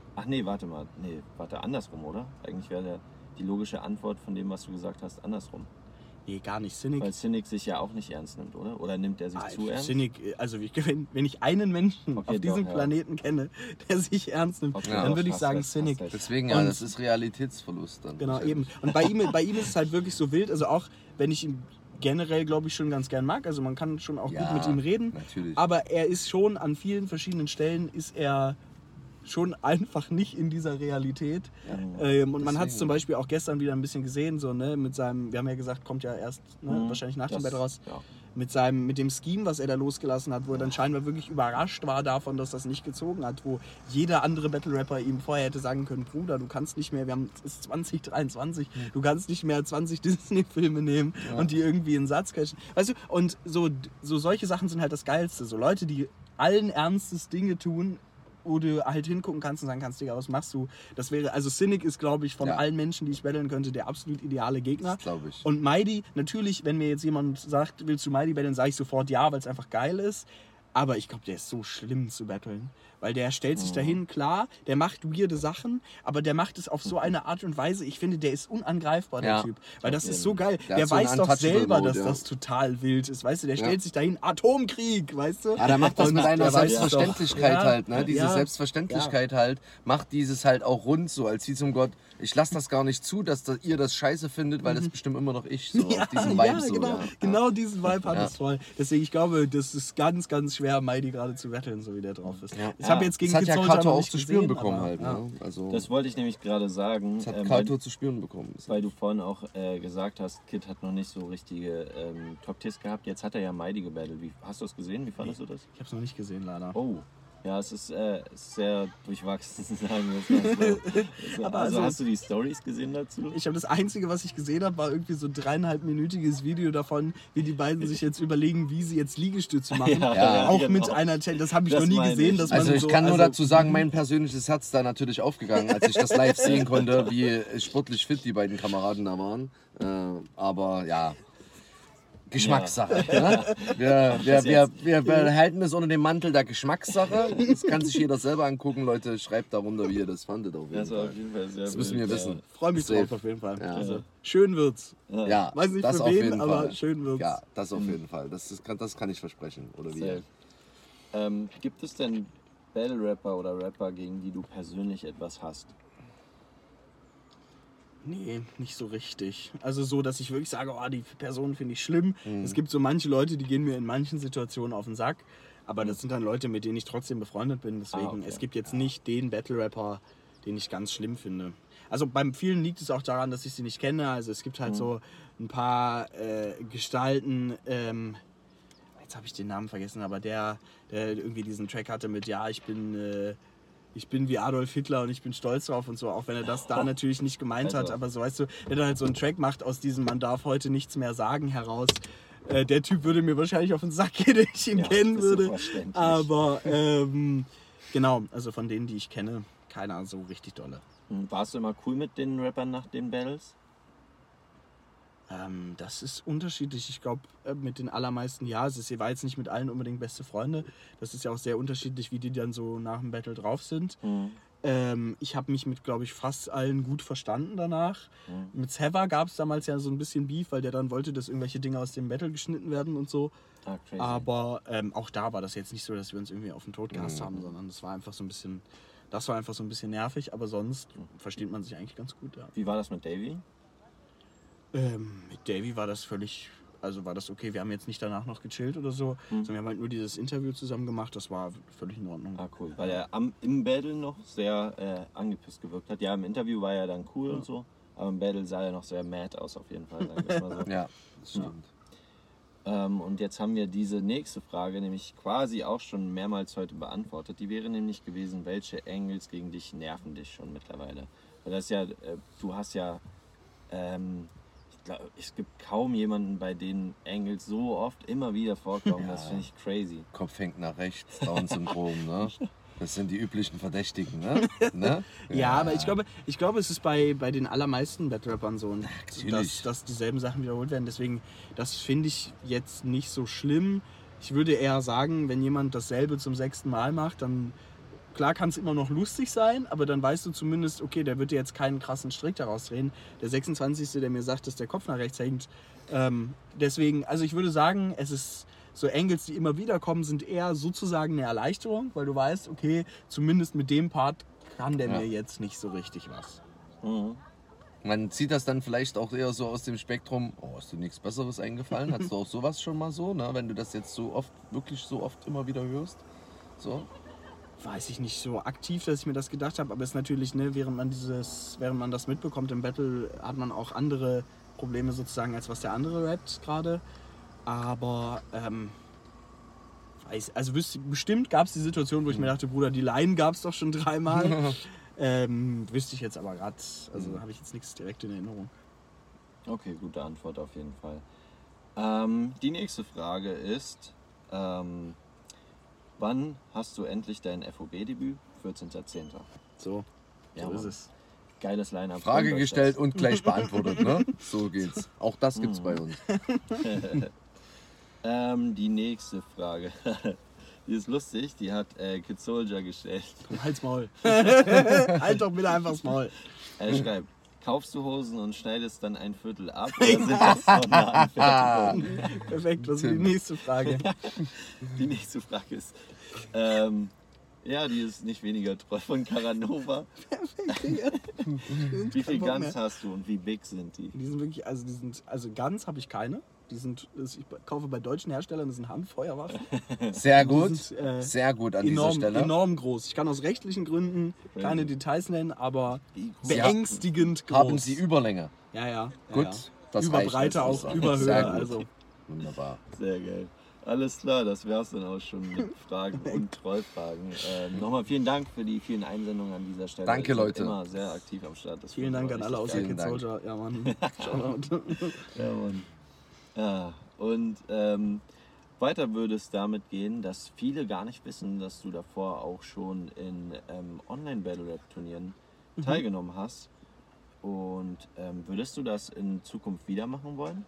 andersrum, oder? Eigentlich wäre die logische Antwort von dem, was du gesagt hast, andersrum. Nee, gar nicht. Cynic. Weil Cynic sich ja auch nicht ernst nimmt, oder? Oder nimmt er sich zu ernst? Cynic, also wenn ich einen Menschen Okay, auf diesem doch, ja. Planeten kenne, der sich ernst nimmt, Okay, dann doch, würde ich hast sagen recht, Cynic. hast recht. Deswegen, Und- das ist Realitätsverlust dann. Genau, eben. Und bei ihm ist es halt wirklich so wild, also auch wenn ich ihn generell, glaube ich, schon ganz gern mag, also man kann schon auch Ja, gut mit ihm reden, natürlich. aber er ist schon an vielen verschiedenen Stellen, ist er schon einfach nicht in dieser Realität. Und man hat es Deswegen. zum Beispiel auch gestern wieder ein bisschen gesehen, so, ne, mit seinem, wir haben ja gesagt, kommt ja erst wahrscheinlich nach dem Das- Battle raus, ja. mit dem Scheme, was er da losgelassen hat, wo er dann scheinbar wirklich überrascht war davon, dass das nicht gezogen hat, wo jeder andere Battle-Rapper ihm vorher hätte sagen können, Bruder, du kannst nicht mehr, es ist 2023, du kannst nicht mehr 20 Disney-Filme nehmen und die irgendwie in den Satz catchen. Weißt du, und so solche Sachen sind halt das Geilste. So Leute, die allen Ernstes Dinge tun, wo du halt hingucken kannst und sagen kannst, Digga, was machst du? Das wäre, also Cynic ist, glaube ich, von Ja. allen Menschen, die ich battlen könnte, der absolut ideale Gegner. Das glaube ich. Und Mighty, natürlich, wenn mir jetzt jemand sagt, willst du Mighty battlen, sage ich sofort ja, weil es einfach geil ist. Aber ich glaube, der ist so schlimm zu battlen. Weil der stellt sich dahin, klar, der macht weirde Sachen, aber der macht es auf so eine Art und Weise, ich finde, der ist unangreifbar, der Ja. Typ. Weil das ist so geil. Der Der hat so einen weiß doch selber, Untouchable-Mode, dass ja. das total wild ist, weißt du? Der Ja. stellt sich dahin, Atomkrieg, weißt du? Ja, der macht das Und mit einer der weiß Selbstverständlichkeit doch. halt, ne? Diese Ja. Selbstverständlichkeit halt, macht dieses halt auch rund so, als wie zum Gott, ich lasse das gar nicht zu, dass ihr das scheiße findet, weil das bestimmt immer noch ich, so auf diesen Vibe so. genau, Ja. genau diesen Vibe hat Ja. es voll. Deswegen, ich glaube, das ist ganz, ganz schwer, Mighty gerade zu battlen, so wie der drauf ist. Ja. Ich habe jetzt gegen Das hat ja Kid Soldier Kato noch auch nicht zu spüren gesehen, bekommen aber, halt, ja. ne? Also, Das wollte ich nämlich gerade sagen, das hat weil, Kato zu spüren bekommen. weil du vorhin auch gesagt hast, Kid hat noch nicht so richtige Top-Tiers gehabt. Jetzt hat er ja Mighty gebattelt. Hast du es gesehen? Wie fandest du das? Ich habe es noch nicht gesehen, leider. Oh, ja, es ist sehr durchwachsen, sagen wir es mal so. Aber Also also- hast du die Stories gesehen dazu? Ich habe das Einzige, was ich gesehen habe, war irgendwie so ein 3,5-minütiges Video davon, wie die beiden sich jetzt überlegen, wie sie jetzt Liegestütze machen. Ja, auch genau. mit einer Challenge. Das habe ich Das noch nie meine gesehen. ich. Dass man Also ich so, kann nur dazu sagen, mein persönliches Herz da natürlich aufgegangen, als ich das live sehen konnte, wie sportlich fit die beiden Kameraden da waren. Aber ja, Geschmackssache. Ne? Wir halten es unter dem Mantel der Geschmackssache. Das kann sich jeder selber angucken. Leute, schreibt darunter, wie ihr das fandet. Auf jeden Das war Fall. auf jeden Fall sehr Das müssen wir wild, wissen. freue mich Safe. drauf auf jeden Fall. Ja. Also, schön wird's. Ja, Weiß nicht das für auf wen, jeden aber Fall. schön wird's. Ja, das auf jeden Fall. Das kann ich versprechen. Oder wie? Safe. Gibt es denn Battle-Rapper oder Rapper, gegen die du persönlich etwas hast? Nee, nicht so richtig. Also so, dass ich wirklich sage, oh, die Person finde ich schlimm. Mhm. Es gibt so manche Leute, die gehen mir in manchen Situationen auf den Sack. Aber das sind dann Leute, mit denen ich trotzdem befreundet bin. Deswegen, okay. es gibt jetzt nicht den Battle-Rapper, den ich ganz schlimm finde. Also beim vielen liegt es auch daran, dass ich sie nicht kenne. Also es gibt halt so ein paar Gestalten, jetzt habe ich den Namen vergessen, aber der irgendwie diesen Track hatte mit, ja, ich bin wie Adolf Hitler und ich bin stolz drauf und so, auch wenn er das da natürlich nicht gemeint hat, Also. aber so, weißt du, wenn er halt so einen Track macht aus diesem Man darf heute nichts mehr sagen heraus, der Typ würde mir wahrscheinlich auf den Sack gehen, wenn ich ihn Ja, kennen das ist würde, verständlich. aber genau, also von denen, die ich kenne, keiner so richtig dolle. Warst du immer cool mit den Rappern nach den Battles? Das ist unterschiedlich. Ich glaube, mit den allermeisten ja. Ich war jetzt nicht mit allen unbedingt beste Freunde. Das ist ja auch sehr unterschiedlich, wie die dann so nach dem Battle drauf sind. Ich habe mich mit, glaube ich, fast allen gut verstanden danach. Mit Seva gab es damals ja so ein bisschen Beef, weil der dann wollte, dass irgendwelche Dinge aus dem Battle geschnitten werden und so. Ah, crazy. Aber auch da war das jetzt nicht so, dass wir uns irgendwie auf den Tod gehasst haben, sondern das war einfach so ein bisschen nervig. Aber sonst versteht man sich eigentlich ganz gut, ja. Wie war das mit Davey? Mit Davey war das okay. Wir haben jetzt nicht danach noch gechillt oder so, sondern wir haben halt nur dieses Interview zusammen gemacht. Das war völlig in Ordnung. Ah, cool. Weil er im Battle noch sehr angepisst gewirkt hat. Ja, im Interview war er dann cool und so, aber im Battle sah er noch sehr mad aus auf jeden Fall. Sagen wir's mal so. Ja, das stimmt. Und jetzt haben wir diese nächste Frage nämlich quasi auch schon mehrmals heute beantwortet. Die wäre nämlich gewesen, welche Angles gegen dich nerven dich schon mittlerweile? Weil das ja, du hast ja, ich es gibt kaum jemanden, bei dem Angles so oft immer wieder vorkommen. Das finde ich crazy. Kopf hängt nach rechts, Down-Syndrom, ne? Das sind die üblichen Verdächtigen, ne? Ja, aber ich glaube, es ist bei den allermeisten Battle-Rappern so, dass dieselben Sachen wiederholt werden. Deswegen, das finde ich jetzt nicht so schlimm. Ich würde eher sagen, wenn jemand dasselbe zum 6. Mal macht, dann klar kann es immer noch lustig sein, aber dann weißt du zumindest, okay, der wird dir jetzt keinen krassen Strick daraus drehen. Der 26., der mir sagt, dass der Kopf nach rechts hängt. Deswegen, also ich würde sagen, es ist so Angles, die immer wieder kommen, sind eher sozusagen eine Erleichterung, weil du weißt, okay, zumindest mit dem Part kann der mir jetzt nicht so richtig was. Mhm. Man zieht das dann vielleicht auch eher so aus dem Spektrum, hast dir nichts Besseres eingefallen? Hattest du auch sowas schon mal so, ne? Wenn du das jetzt so oft, wirklich so oft immer wieder hörst? So? Weiß ich nicht so aktiv, dass ich mir das gedacht habe, aber es ist natürlich, ne, während man das mitbekommt im Battle, hat man auch andere Probleme sozusagen, als was der andere rappt gerade. Aber bestimmt gab es die Situation, wo ich mir dachte, Bruder, die Line gab es doch schon 3 Mal. Wüsste ich jetzt aber gerade, also habe ich jetzt nichts direkt in Erinnerung. Okay, gute Antwort auf jeden Fall. Die nächste Frage ist, wann hast du endlich dein FOB-Debüt? 14.10. So Ja, ist es. Geiles Line-Up. Frage gestellt und gleich beantwortet, ne? So geht's. Auch das gibt's bei uns. Die nächste Frage. Die ist lustig, die hat Kid Soldier gestellt. Halt's Maul. Halt doch bitte einfach das Maul. Er schreibt, kaufst du Hosen und schneidest dann ein Viertel ab oder sind das Sonderanfertigungen? Perfekt, was ist die nächste Frage? Die nächste Frage ist, die ist nicht weniger treu, von Caranova. Wie viel Guns hast du und wie big sind die? Die sind wirklich, also Guns habe ich keine. Ich kaufe bei deutschen Herstellern, das sind Handfeuerwaffen. Sehr gut, sind, sehr gut an dieser Stelle. Enorm groß. Ich kann aus rechtlichen Gründen keine Details nennen, aber Sie beängstigend groß. Haben sie Überlänge? Ja. Gut, ja. das über reicht, Breite das auch, ist über sehr Höhe. gut. Also. Wunderbar. Sehr geil. Alles klar, das wär's dann auch schon mit Fragen und Trollfragen. Nochmal vielen Dank für die vielen Einsendungen an dieser Stelle. Danke, Leute. Immer sehr aktiv am Start. Das Vielen Dank an alle außer Kid Soldier. Ja, Mann. Shoutout. Ja, Mann. Ja, und weiter würde es damit gehen, dass viele gar nicht wissen, dass du davor auch schon in Online-Battle-Rap-Turnieren teilgenommen hast. Und würdest du das in Zukunft wieder machen wollen?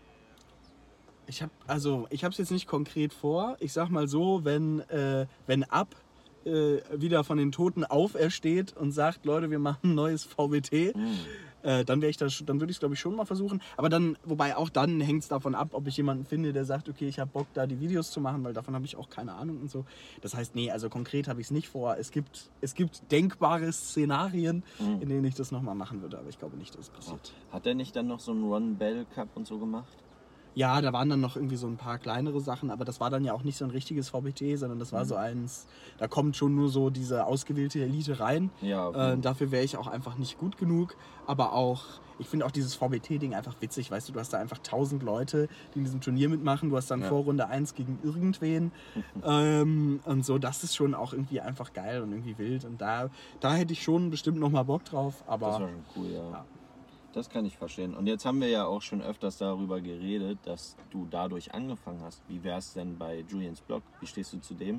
Ich hab's jetzt nicht konkret vor. Ich sag mal so, wenn Ab wieder von den Toten aufersteht und sagt, Leute, wir machen ein neues VBT, dann würde ich es, glaube ich, schon mal versuchen. Aber dann, wobei auch dann hängt es davon ab, ob ich jemanden finde, der sagt, okay, ich habe Bock, da die Videos zu machen, weil davon habe ich auch keine Ahnung und so. Das heißt, nee, also konkret habe ich es nicht vor. Es gibt denkbare Szenarien, in denen ich das nochmal machen würde, aber ich glaube nicht, dass es passiert. Hat er nicht dann noch so einen Run Battle Cup und so gemacht? Ja, da waren dann noch irgendwie so ein paar kleinere Sachen, aber das war dann ja auch nicht so ein richtiges VBT, sondern das war so eins, da kommt schon nur so diese ausgewählte Elite rein. Ja, okay. Dafür wäre ich auch einfach nicht gut genug, aber auch, ich finde auch dieses VBT-Ding einfach witzig, weißt du hast da einfach 1000 Leute, die in diesem Turnier mitmachen, du hast dann Vorrunde 1 gegen irgendwen und so, das ist schon auch irgendwie einfach geil und irgendwie wild und da hätte ich schon bestimmt nochmal Bock drauf, aber... Das war schon cool, ja. Das kann ich verstehen. Und jetzt haben wir ja auch schon öfters darüber geredet, dass du dadurch angefangen hast. Wie wäre es denn bei Julians Blog? Wie stehst du zu dem?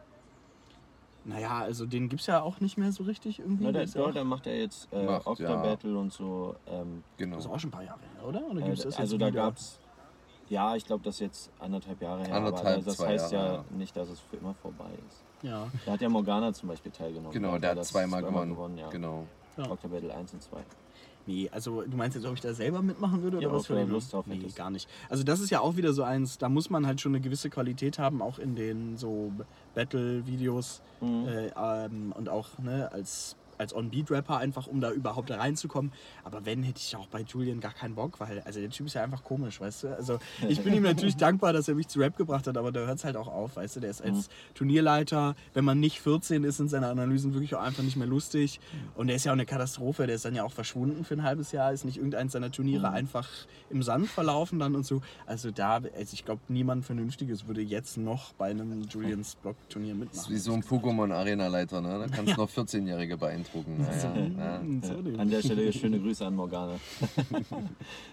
Naja, also den gibt es ja auch nicht mehr so richtig irgendwie. Na, der macht ja jetzt Octa-Battle und so. Genau. Das ist auch schon ein paar Jahre her, oder? Oder gibt's das also jetzt da wieder? gab es, ja, ich glaube, das ist jetzt 1,5 Jahre her. Anderthalb, aber das 2 heißt Jahre, ja nicht, dass es für immer vorbei ist. Ja. Da hat ja Morgana zum Beispiel teilgenommen. Genau, der hat zweimal gewonnen. Ja. Genau. Ja. Octa-Battle 1 und 2. Nee, also du meinst jetzt, ob ich da selber mitmachen würde oder Ja, was ob für du da eine Lust drauf Nee, hättest. gar nicht. Also das ist ja auch wieder so eins, da muss man halt schon eine gewisse Qualität haben, auch in den so Battle-Videos und auch als On-Beat-Rapper einfach, um da überhaupt reinzukommen. Aber wenn, hätte ich auch bei Julian gar keinen Bock, weil also der Typ ist ja einfach komisch, weißt du? Also ich bin ihm natürlich dankbar, dass er mich zu Rap gebracht hat, aber da hört es halt auch auf, weißt du? Der ist als Turnierleiter, wenn man nicht 14 ist, sind seine Analysen wirklich auch einfach nicht mehr lustig. Und der ist ja auch eine Katastrophe, der ist dann ja auch verschwunden für ein halbes Jahr, ist nicht irgendeins seiner Turniere einfach im Sand verlaufen dann und so. Also ich glaube, niemand Vernünftiges würde jetzt noch bei einem Julians Blog-Turnier Das ist mitmachen. wie so ein Pokémon-Arena-Leiter, ne? Da kannst du noch 14-Jährige beeindrucken. Naja, ja. So dem. An der Stelle schöne Grüße an Morgana.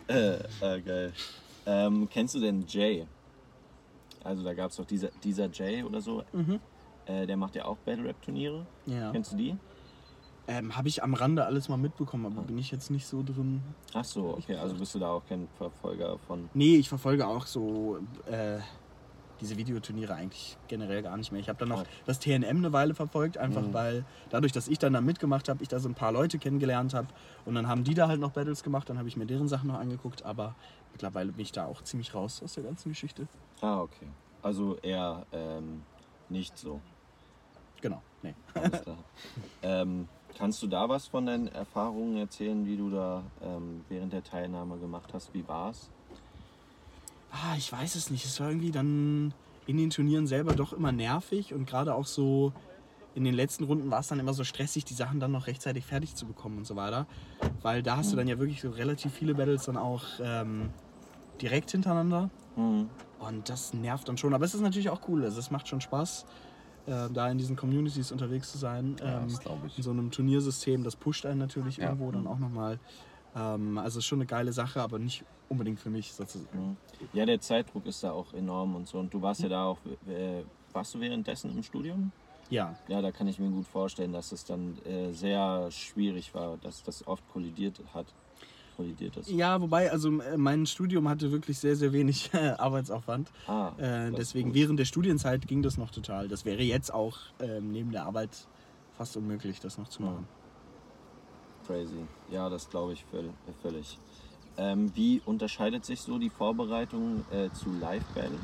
Geil. Kennst du denn Jay? Also da gab es doch dieser Jay oder so. Der macht ja auch Battle-Rap-Turniere. Ja. Kennst du die? Habe ich am Rande alles mal mitbekommen, aber bin ich jetzt nicht so drin. Ach so, okay. Also bist du da auch kein Verfolger von... Nee, ich verfolge auch so diese Videoturniere eigentlich generell gar nicht mehr. Ich habe dann noch das TNM eine Weile verfolgt, einfach weil dadurch, dass ich dann da mitgemacht habe, ich da so ein paar Leute kennengelernt habe und dann haben die da halt noch Battles gemacht, dann habe ich mir deren Sachen noch angeguckt, aber mittlerweile bin ich da auch ziemlich raus aus der ganzen Geschichte. Ah, okay. Also eher nicht so. Genau, nee. Alles klar. Kannst du da was von deinen Erfahrungen erzählen, wie du da während der Teilnahme gemacht hast? Wie war's? Ich weiß es nicht. Es war irgendwie dann in den Turnieren selber doch immer nervig und gerade auch so in den letzten Runden war es dann immer so stressig, die Sachen dann noch rechtzeitig fertig zu bekommen und so weiter. Weil da hast du dann ja wirklich so relativ viele Battles dann auch direkt hintereinander. Und das nervt dann schon. Aber es ist natürlich auch cool. Also es macht schon Spaß, da in diesen Communities unterwegs zu sein. das glaube ich. In so einem Turniersystem, das pusht einen natürlich irgendwo dann auch nochmal. Also es ist schon eine geile Sache, aber nicht unbedingt für mich sozusagen. Ja, der Zeitdruck ist da auch enorm und so. Und du warst ja da auch, warst du währenddessen im Studium? Ja. Ja, da kann ich mir gut vorstellen, dass es dann sehr schwierig war, dass das oft kollidiert ist. Ja, wobei, also mein Studium hatte wirklich sehr, sehr wenig Arbeitsaufwand. Deswegen während der Studienzeit ging das noch total. Das wäre jetzt auch neben der Arbeit fast unmöglich, das noch zu machen. Crazy. Ja, das glaube ich völlig. Wie unterscheidet sich so die Vorbereitung zu Live-Battles?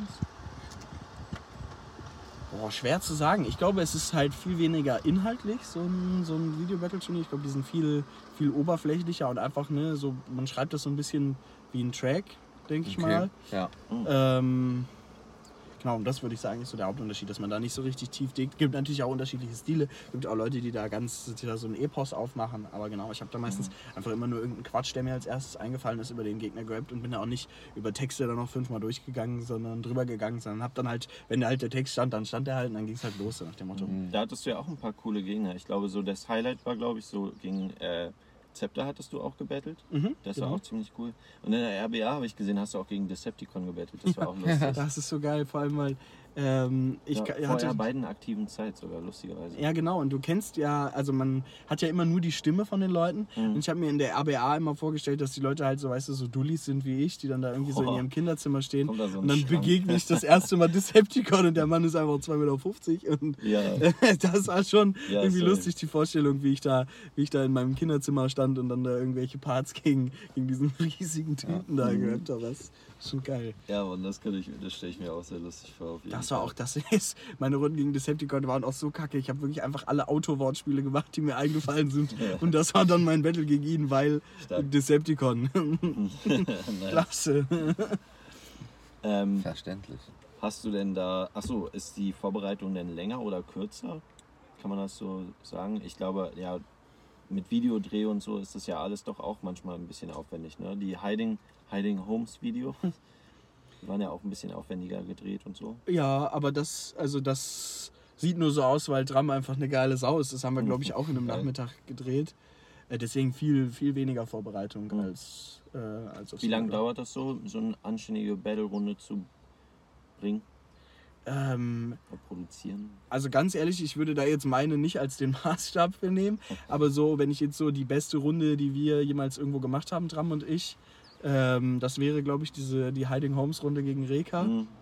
Schwer zu sagen. Ich glaube, es ist halt viel weniger inhaltlich, so ein Video-Battle-Turnier. Ich glaube, die sind viel oberflächlicher und einfach, ne, so, man schreibt das so ein bisschen wie ein Track, denke ich mal. Ja. Genau, und das würde ich sagen, ist so der Hauptunterschied, dass man da nicht so richtig tief denkt. Es gibt natürlich auch unterschiedliche Stile. Es gibt auch Leute, die da so ein Epos aufmachen. Aber genau, ich habe da meistens einfach immer nur irgendeinen Quatsch, der mir als erstes eingefallen ist, über den Gegner gerappt und bin da auch nicht über Texte dann noch 5-mal durchgegangen, sondern drüber gegangen, sondern habe dann halt, wenn halt der Text stand, dann stand der halt und dann ging es halt los, so nach dem Motto. Da hattest du ja auch ein paar coole Gegner. Ich glaube, so das Highlight war, glaube ich, so gegen Zepter hattest du auch gebettelt. Das war auch ziemlich cool. Und in der RBA habe ich gesehen, hast du auch gegen Decepticon gebettelt. Das war auch lustig. Das ist so geil, vor allem weil vor der beiden aktiven Zeit sogar, lustigerweise. Ja, genau. Und du kennst ja, also man hat ja immer nur die Stimme von den Leuten. Und ich habe mir in der RBA immer vorgestellt, dass die Leute halt so, weißt du, so Dullis sind wie ich, die dann da irgendwie so in ihrem Kinderzimmer stehen. Kommt da so ein und dann Schrank. begegne ich das erste Mal Decepticon und der Mann ist einfach 2,50 Meter. Und das war schon irgendwie lustig, die Vorstellung, wie ich da in meinem Kinderzimmer stand und dann da irgendwelche Parts gegen diesen riesigen Typen da gehört habe. Das ist schon geil. Ja, und das stelle ich mir auch sehr lustig vor. Meine Runden gegen Decepticon waren auch so kacke. Ich habe wirklich einfach alle Autowortspiele gemacht, die mir eingefallen sind. Und das war dann mein Battle gegen ihn, weil Decepticon. Klasse. Verständlich. Hast du denn da, achso, ist die Vorbereitung denn länger oder kürzer? Kann man das so sagen? Ich glaube, ja, mit Videodreh und so ist das ja alles doch auch manchmal ein bisschen aufwendig. Ne? Die Hiding Homes Videos waren ja auch ein bisschen aufwendiger gedreht und so. Ja, aber das sieht nur so aus, weil Drum einfach eine geile Sau ist. Das haben wir, glaube ich, auch in einem Nachmittag gedreht. Deswegen viel weniger Vorbereitung als auf Wie lange dauert das so eine anständige Battle-Runde zu bringen? Produzieren? Also ganz ehrlich, ich würde da jetzt meine nicht als den Maßstab für nehmen. Aber so, wenn ich jetzt so die beste Runde, die wir jemals irgendwo gemacht haben, Drum und ich, das wäre, glaube ich, die Hiding Homes Runde gegen Reka.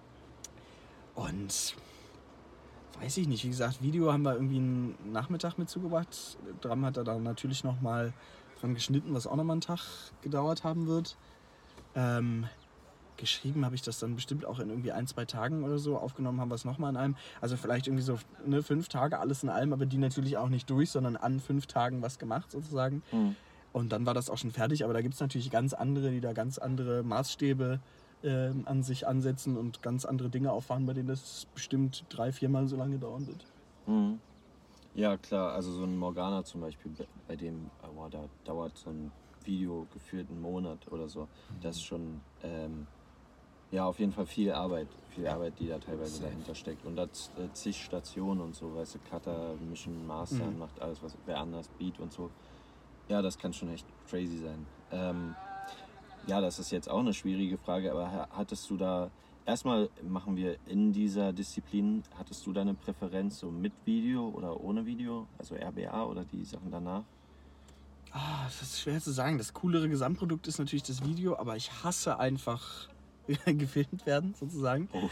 Und weiß ich nicht, wie gesagt, Video haben wir irgendwie einen Nachmittag mit zugebracht. Drum hat da dann natürlich nochmal dran geschnitten, was auch nochmal einen Tag gedauert haben wird. Geschrieben habe ich das dann bestimmt auch in irgendwie 1-2 Tagen oder so. Aufgenommen haben wir es nochmal in einem. Also vielleicht irgendwie so 5 Tage alles in allem, aber die natürlich auch nicht durch, sondern an 5 Tagen was gemacht sozusagen. Und dann war das auch schon fertig, aber da gibt es natürlich ganz andere, die da ganz andere Maßstäbe an sich ansetzen und ganz andere Dinge auffahren, bei denen das bestimmt 3-4 Mal so lange dauern wird. Ja, klar, also so ein Morgana zum Beispiel, bei dem da dauert so ein Video gefühlt einen Monat oder so. Das ist schon auf jeden Fall viel Arbeit, die da teilweise dahinter steckt. Und das zig Stationen und so, weißt du, Cutter, Mission, Master, macht alles, wer anders, Beat und so. Ja, das kann schon echt crazy sein. ja, das ist jetzt auch eine schwierige Frage, aber hattest du da, erstmal machen wir in dieser Disziplin, hattest du da eine Präferenz so mit Video oder ohne Video, also RBA oder die Sachen danach? Das ist schwer zu sagen. Das coolere Gesamtprodukt ist natürlich das Video, aber ich hasse einfach gefilmt werden, sozusagen. Oh.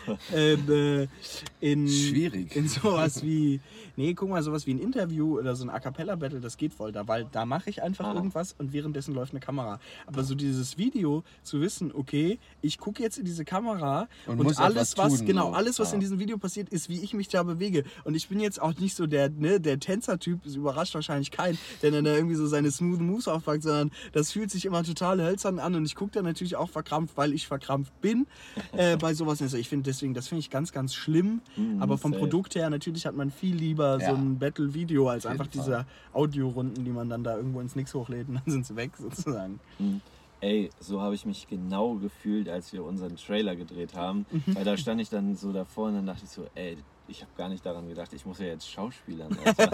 Schwierig. In sowas wie, sowas wie ein Interview oder so ein A-Cappella-Battle, das geht voll, weil da mache ich einfach irgendwas und währenddessen läuft eine Kamera. Aber so dieses Video, zu wissen, okay, ich gucke jetzt in diese Kamera und alles, was in diesem Video passiert, ist, wie ich mich da bewege. Und ich bin jetzt auch nicht so der Tänzer-Typ, das überrascht wahrscheinlich keinen, der dann da irgendwie so seine smoothen Moves aufpackt, sondern das fühlt sich immer total hölzern an und ich gucke da natürlich auch verkrampft, weil ich verkrampft bin. Bei sowas. Also ich finde das finde ich ganz, ganz schlimm. Aber vom Produkt her, natürlich hat man viel lieber so ein Battle-Video als einfach diese Audiorunden, die man dann da irgendwo ins Nix hochlädt und dann sind sie weg sozusagen. Ey, so habe ich mich genau gefühlt, als wir unseren Trailer gedreht haben. Weil da stand ich dann so davor und dann dachte ich so, ey, ich habe gar nicht daran gedacht, ich muss ja jetzt schauspielern.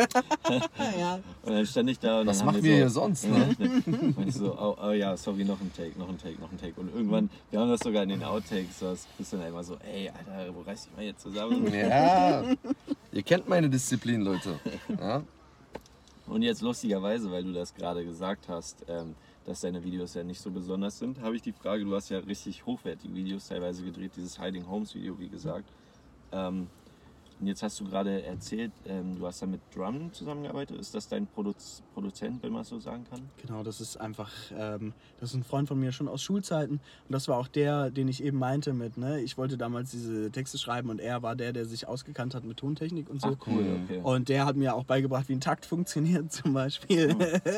Ja. Und dann stand ich da und Was dann machen wir hier sonst, ne? Und ich so, oh ja, sorry, noch ein Take. Und irgendwann, wir haben das sogar in den Outtakes, so bist du dann immer so, ey, Alter, wo reiß ich mal jetzt zusammen? Ja, ihr kennt meine Disziplin, Leute. Ja? Und jetzt lustigerweise, weil du das gerade gesagt hast, dass deine Videos ja nicht so besonders sind, habe ich die Frage, du hast ja richtig hochwertige Videos teilweise gedreht, dieses Hiding Homes Video, wie gesagt. Und jetzt hast du gerade erzählt, du hast da mit Drum zusammengearbeitet. Ist das dein Produzent, wenn man es so sagen kann? Genau, das ist einfach, das ist ein Freund von mir schon aus Schulzeiten. Und das war auch der, den ich eben meinte mit, ne, ich wollte damals diese Texte schreiben und er war der sich ausgekannt hat mit Tontechnik und so. Ach, cool, okay. Und der hat mir auch beigebracht, wie ein Takt funktioniert zum Beispiel.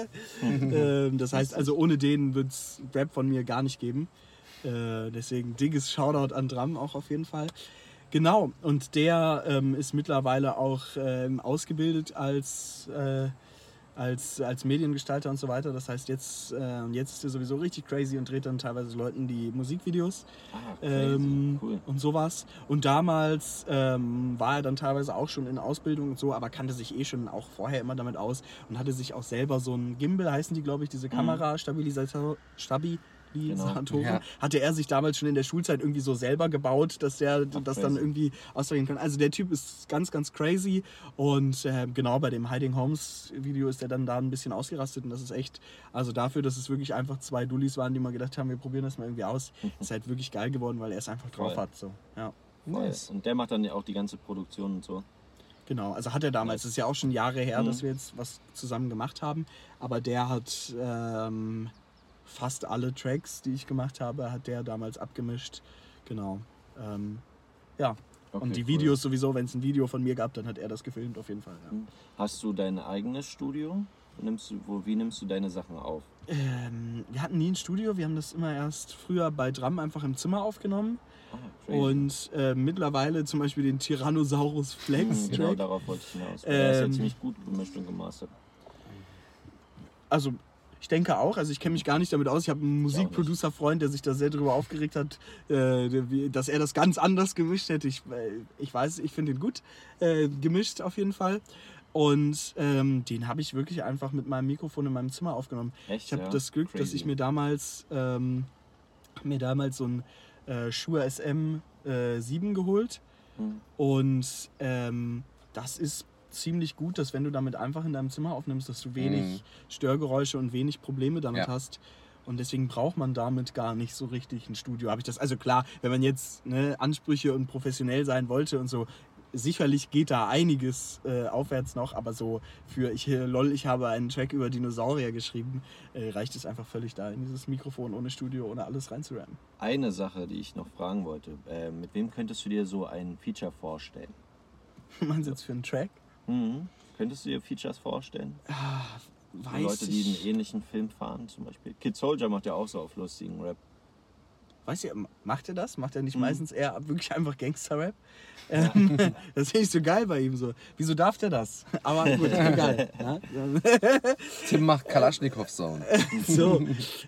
Das heißt, also ohne den wird es Rap von mir gar nicht geben. Deswegen dickes Shoutout an Drum auch auf jeden Fall. Genau, und der ist mittlerweile auch ausgebildet als Mediengestalter und so weiter. Das heißt, jetzt ist er sowieso richtig crazy und dreht dann teilweise Leuten die Musikvideos Cool. und sowas. Und damals war er dann teilweise auch schon in Ausbildung und so, aber kannte sich schon auch vorher immer damit aus und hatte sich auch selber so ein Gimbal, heißen die, glaube ich, diese Kamerastabilisatoren. Genau. Ja. Hatte er sich damals schon in der Schulzeit irgendwie so selber gebaut, dass der das dann irgendwie ausdrücken kann. Also der Typ ist ganz, ganz crazy und genau bei dem Hiding Homes Video ist er dann da ein bisschen ausgerastet und das ist echt, also dafür, dass es wirklich einfach zwei Dullis waren, die mal gedacht haben, wir probieren das mal irgendwie aus, ist halt wirklich geil geworden, weil er es einfach drauf hat. So. Ja. Nice. Und der macht dann ja auch die ganze Produktion und so. Genau, also hat er damals, das ist ja auch schon Jahre her, dass wir jetzt was zusammen gemacht haben, aber der hat fast alle Tracks, die ich gemacht habe, hat der damals abgemischt. Genau. Ja. Okay, und die Videos sowieso, wenn es ein Video von mir gab, dann hat er das gefilmt auf jeden Fall. Ja. Hast du dein eigenes Studio? Wie nimmst du deine Sachen auf? Wir hatten nie ein Studio, wir haben das immer erst früher bei Drum einfach im Zimmer aufgenommen. Und mittlerweile zum Beispiel den Tyrannosaurus Flex Track. Genau, darauf wollte ich hinaus. Der ist ja ziemlich gut gemischt und gemastert. Also ich denke auch, also ich kenne mich gar nicht damit aus. Ich habe einen Musikproducer-Freund, der sich da sehr darüber aufgeregt hat, dass er das ganz anders gemischt hätte. Ich weiß, ich finde ihn gut gemischt auf jeden Fall. Und den habe ich wirklich einfach mit meinem Mikrofon in meinem Zimmer aufgenommen. Echt? Ich habe das Glück, dass ich mir damals so ein Shure SM7 geholt. Und das ist ziemlich gut, dass wenn du damit einfach in deinem Zimmer aufnimmst, dass du wenig Störgeräusche und wenig Probleme damit hast. Und deswegen braucht man damit gar nicht so richtig ein Studio. Habe ich das? Also klar, wenn man jetzt Ansprüche und professionell sein wollte und so, sicherlich geht da einiges aufwärts noch, aber so für ich habe einen Track über Dinosaurier geschrieben, reicht es einfach völlig da in dieses Mikrofon ohne Studio, ohne alles reinzurammen. Eine Sache, die ich noch fragen wollte, mit wem könntest du dir so ein Feature vorstellen? Meinst du jetzt für einen Track? Könntest du dir Features vorstellen? Weiß Leute, die einen ähnlichen Film fahren zum Beispiel. Kid Soldier macht ja auch so auf lustigen Rap. Weißt du, macht er das? Macht er nicht meistens eher wirklich einfach Gangster-Rap? Das finde ich so geil bei ihm so. Wieso darf der das? Aber gut, egal. Ja? Tim macht Kalaschnikow-Sound. So,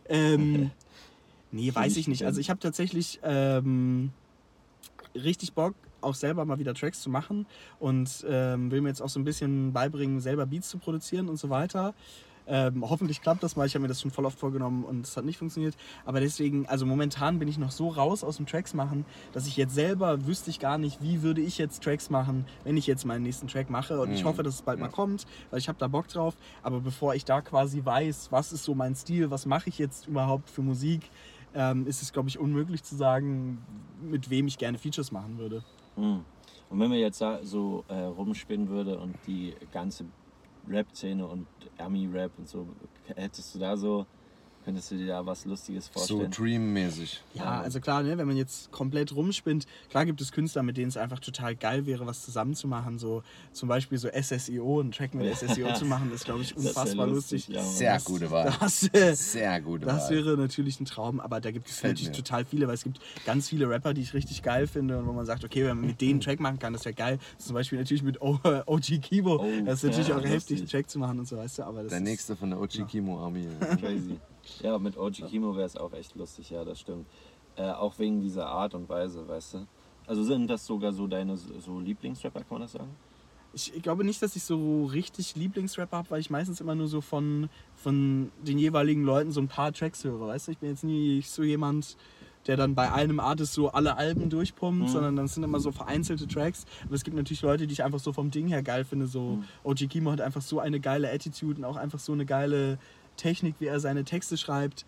nee, weiß ich nicht. Also ich habe tatsächlich richtig Bock, auch selber mal wieder Tracks zu machen und will mir jetzt auch so ein bisschen beibringen, selber Beats zu produzieren und so weiter. Hoffentlich klappt das mal. Ich habe mir das schon voll oft vorgenommen und es hat nicht funktioniert. Aber deswegen, also momentan bin ich noch so raus aus dem Tracks machen, dass ich jetzt selber wüsste ich gar nicht, wie würde ich jetzt Tracks machen, wenn ich jetzt meinen nächsten Track mache. Und ich hoffe, dass es bald mal kommt, weil ich habe da Bock drauf. Aber bevor ich da quasi weiß, was ist so mein Stil, was mache ich jetzt überhaupt für Musik, ist es, glaube ich, unmöglich zu sagen, mit wem ich gerne Features machen würde. Und wenn man jetzt so rumspinnen würde und die ganze Rap-Szene und Ami-Rap und so, könntest du dir da was Lustiges vorstellen? So Dream-mäßig. Ja, also klar, ne, wenn man jetzt komplett rumspinnt, klar gibt es Künstler, mit denen es einfach total geil wäre, was zusammen zu machen. So zum Beispiel so SSIO, einen Track mit SSIO zu machen, ist, glaube ich, unfassbar lustig. Ja, Sehr gute Wahl. Sehr gute Wahl. Das wäre natürlich ein Traum, aber da gibt es natürlich total viele, weil es gibt ganz viele Rapper, die ich richtig geil finde und wo man sagt, okay, wenn man mit denen einen Track machen kann, das wäre geil. Zum Beispiel natürlich mit OG Kimo. Das ist natürlich auch heftig, einen Track zu machen und so, weißt du. Aber das der nächste von der OG Kimo Army. Crazy. Ja, mit OG Kimo wäre es auch echt lustig, ja, das stimmt. Auch wegen dieser Art und Weise, weißt du. Also sind das sogar so deine so Lieblingsrapper, kann man das sagen? Ich glaube nicht, dass ich so richtig Lieblingsrapper habe, weil ich meistens immer nur so von den jeweiligen Leuten so ein paar Tracks höre, weißt du. Ich bin jetzt nie so jemand, der dann bei einem Artist so alle Alben durchpumpt, sondern dann sind immer so vereinzelte Tracks. Aber es gibt natürlich Leute, die ich einfach so vom Ding her geil finde. So OG Kimo hat einfach so eine geile Attitude und auch einfach so eine geile Technik, wie er seine Texte schreibt,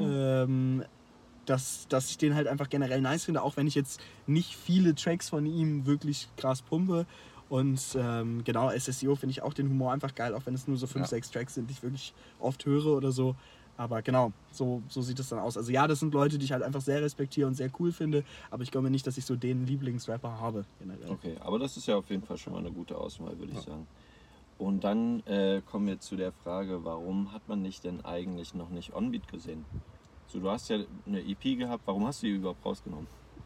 dass ich den halt einfach generell nice finde, auch wenn ich jetzt nicht viele Tracks von ihm wirklich krass pumpe. Und genau, SSIO finde ich auch den Humor einfach geil, auch wenn es nur so 5, 6 Tracks sind, die ich wirklich oft höre oder so. Aber genau, so sieht es dann aus. Also ja, das sind Leute, die ich halt einfach sehr respektiere und sehr cool finde, aber ich glaube nicht, dass ich so den Lieblingsrapper habe generell. Okay, aber das ist ja auf jeden Fall schon mal eine gute Auswahl, würde ich sagen. Und dann kommen wir zu der Frage, warum hat man dich denn eigentlich noch nicht Onbeat gesehen? So, du hast ja eine EP gehabt, warum hast du die überhaupt rausgenommen?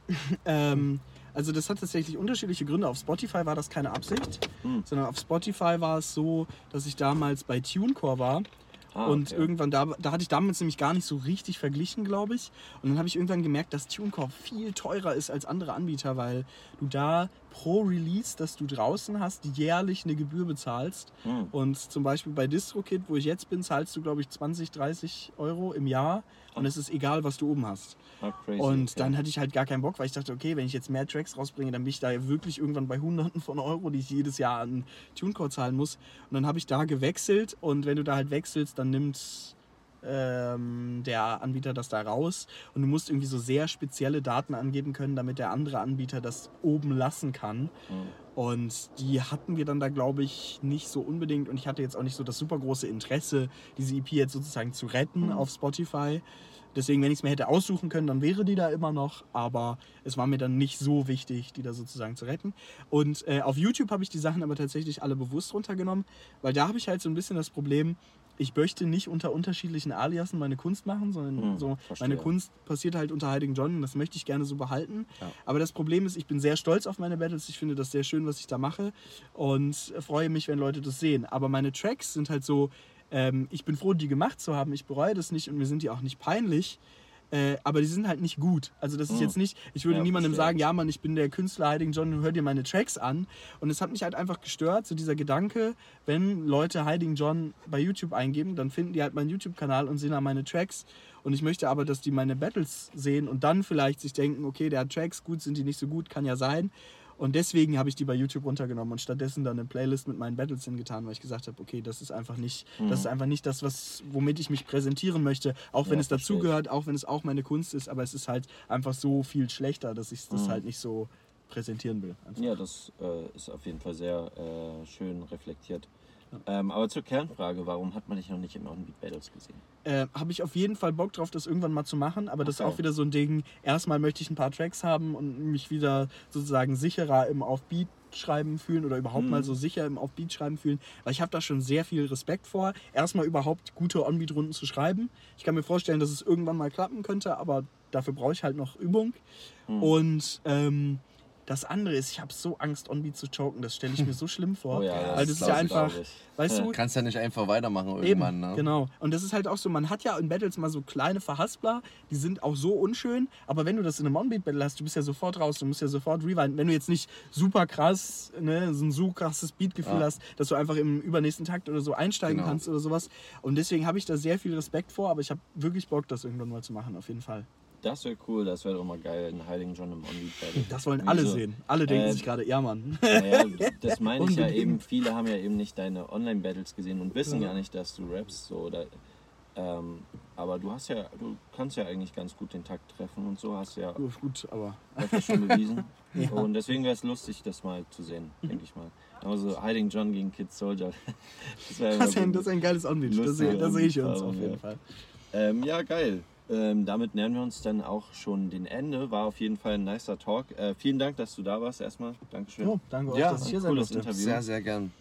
Also das hat tatsächlich unterschiedliche Gründe. Auf Spotify war das keine Absicht, sondern auf Spotify war es so, dass ich damals bei TuneCore war. Und irgendwann, da hatte ich damals nämlich gar nicht so richtig verglichen, glaube ich. Und dann habe ich irgendwann gemerkt, dass TuneCore viel teurer ist als andere Anbieter, weil du da pro Release, das du draußen hast, jährlich eine Gebühr bezahlst. Und zum Beispiel bei DistroKid, wo ich jetzt bin, zahlst du, glaube ich, 20, 30 Euro im Jahr. Und es ist egal, was du oben hast. Crazy, und dann hatte ich halt gar keinen Bock, weil ich dachte, okay, wenn ich jetzt mehr Tracks rausbringe, dann bin ich da wirklich irgendwann bei Hunderten von Euro, die ich jedes Jahr an TuneCore zahlen muss. Und dann habe ich da gewechselt und wenn du da halt wechselst, dann nimmt der Anbieter das da raus und du musst irgendwie so sehr spezielle Daten angeben können, damit der andere Anbieter das oben lassen kann. Und die hatten wir dann da, glaube ich, nicht so unbedingt und ich hatte jetzt auch nicht so das super große Interesse, diese EP jetzt sozusagen zu retten auf Spotify. Deswegen, wenn ich es mir hätte aussuchen können, dann wäre die da immer noch, aber es war mir dann nicht so wichtig, die da sozusagen zu retten. Und auf YouTube habe ich die Sachen aber tatsächlich alle bewusst runtergenommen, weil da habe ich halt so ein bisschen das Problem, ich möchte nicht unter unterschiedlichen Aliasen meine Kunst machen, sondern so meine Kunst passiert halt unter Hiding John und das möchte ich gerne so behalten. Ja. Aber das Problem ist, ich bin sehr stolz auf meine Battles, ich finde das sehr schön, was ich da mache und freue mich, wenn Leute das sehen. Aber meine Tracks sind halt so, ich bin froh, die gemacht zu haben, ich bereue das nicht und mir sind die auch nicht peinlich. Aber die sind halt nicht gut. Also das ist jetzt nicht, ich würde niemandem sagen, ja Mann, ich bin der Künstler Hiding John und hör dir meine Tracks an. Und es hat mich halt einfach gestört, so dieser Gedanke, wenn Leute Hiding John bei YouTube eingeben, dann finden die halt meinen YouTube-Kanal und sehen da meine Tracks. Und ich möchte aber, dass die meine Battles sehen und dann vielleicht sich denken, okay, der hat Tracks, gut, sind die nicht so gut, kann ja sein. Und deswegen habe ich die bei YouTube runtergenommen und stattdessen dann eine Playlist mit meinen Battles hingetan, weil ich gesagt habe, okay, das ist einfach nicht das, womit ich mich präsentieren möchte. Auch wenn es dazugehört, auch wenn es auch meine Kunst ist, aber es ist halt einfach so viel schlechter, dass ich das halt nicht so präsentieren will. Einfach. Ja, das ist auf jeden Fall sehr schön reflektiert. Aber zur Kernfrage, warum hat man dich noch nicht in Onbeat Battles gesehen? Habe ich auf jeden Fall Bock drauf, das irgendwann mal zu machen, aber das ist auch wieder so ein Ding, erstmal möchte ich ein paar Tracks haben und mich wieder sozusagen sicherer im Auf-Beat schreiben fühlen oder überhaupt mal so sicher im Auf-Beat schreiben fühlen, weil ich habe da schon sehr viel Respekt vor, erstmal überhaupt gute On-Beat-Runden zu schreiben. Ich kann mir vorstellen, dass es irgendwann mal klappen könnte, aber dafür brauche ich halt noch Übung und Das andere ist, ich habe so Angst, On-Beat zu choken. Das stelle ich mir so schlimm vor. Oh ja, weil das ist ja einfach, weißt Du du, kannst ja nicht einfach weitermachen eben, irgendwann, ne? genau. Und das ist halt auch so, man hat ja in Battles mal so kleine Verhaspler, die sind auch so unschön, aber wenn du das in einem On-Beat-Battle hast, du bist ja sofort raus, du musst ja sofort rewinden. Wenn du jetzt nicht super krass, ne, so ein so krasses Beatgefühl hast, dass du einfach im übernächsten Takt oder so einsteigen kannst oder sowas. Und deswegen habe ich da sehr viel Respekt vor, aber ich habe wirklich Bock, das irgendwann mal zu machen, auf jeden Fall. Das wäre cool, das wäre doch mal geil, ein Hiding John im On-Beat-Battle. Das wollen alle sehen. Alle denken sich gerade, ja Mann. Naja, das meine ich ja Unbedingt. eben. Viele haben ja eben nicht deine Online-Battles gesehen und wissen gar nicht, dass du rappst. So, oder, aber du kannst ja eigentlich ganz gut den Takt treffen und so, hast ja Gut, aber öfter schon bewiesen. Und deswegen wäre es lustig, das mal zu sehen, denke ich mal. Also Hiding John gegen Kid Soldier. das ist ein geiles On-Beat. Da sehe ich uns auf jeden Fall. Ja, geil. Damit nähern wir uns dann auch schon dem Ende. War auf jeden Fall ein nicer Talk. Vielen Dank, dass du da warst erstmal. Dankeschön. Jo, danke euch, Ja, dass ich hier sein cooles durfte. Interview. Sehr, sehr gern.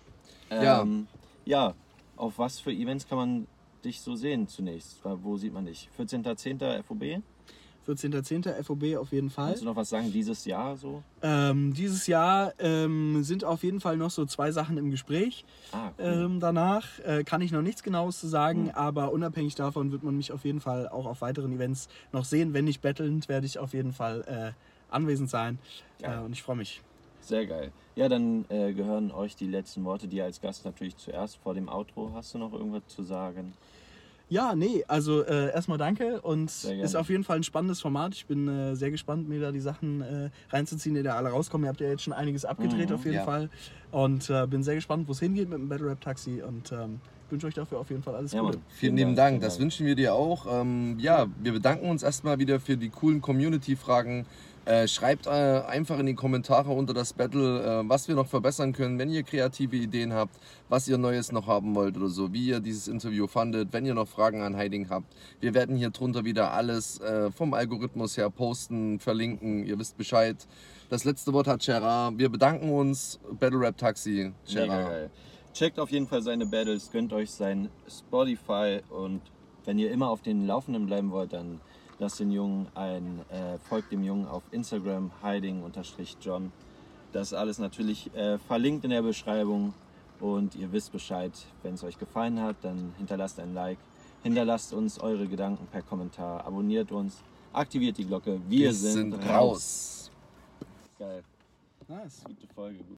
Ja, auf was für Events kann man dich so sehen zunächst? Wo sieht man dich? 14.10. FOB? 14.10. FOB auf jeden Fall. Kannst du noch was sagen dieses Jahr so? Dieses Jahr sind auf jeden Fall noch so 2 Sachen im Gespräch. Cool. Danach kann ich noch nichts Genaues zu sagen, aber unabhängig davon wird man mich auf jeden Fall auch auf weiteren Events noch sehen. Wenn nicht battlend, werde ich auf jeden Fall anwesend sein. Und ich freue mich. Sehr geil. Ja, dann gehören euch die letzten Worte, dir als Gast natürlich zuerst vor dem Outro. Hast du noch irgendwas zu sagen? Ja, nee, also erstmal danke und Sehr ist gerne. auf jeden Fall ein spannendes Format. Ich bin sehr gespannt, mir da die Sachen reinzuziehen, die da alle rauskommen. Ihr habt ja jetzt schon einiges abgedreht auf jeden Fall und bin sehr gespannt, wo es hingeht mit dem Battle Rap Taxi und wünsche euch dafür auf jeden Fall alles Gute. Mann. Vielen lieben Dank, das wünschen wir dir auch. Ja, wir bedanken uns erstmal wieder für die coolen Community-Fragen. Schreibt einfach in die Kommentare unter das Battle, was wir noch verbessern können, wenn ihr kreative Ideen habt, was ihr Neues noch haben wollt oder so, wie ihr dieses Interview fandet, wenn ihr noch Fragen an Hiding habt. Wir werden hier drunter wieder alles vom Algorithmus her posten, verlinken, ihr wisst Bescheid. Das letzte Wort hat Gerard. Wir bedanken uns. Battle Rap Taxi, Mega Gerard. geil. Checkt auf jeden Fall seine Battles, gönnt euch sein Spotify und wenn ihr immer auf den Laufenden bleiben wollt, dann lasst den Jungen folgt dem Jungen auf Instagram, hiding_John. Das ist alles natürlich verlinkt in der Beschreibung und ihr wisst Bescheid. Wenn es euch gefallen hat, dann hinterlasst ein Like, hinterlasst uns eure Gedanken per Kommentar, abonniert uns, aktiviert die Glocke. Wir sind raus. raus. Geil. Nice. Gute Folge.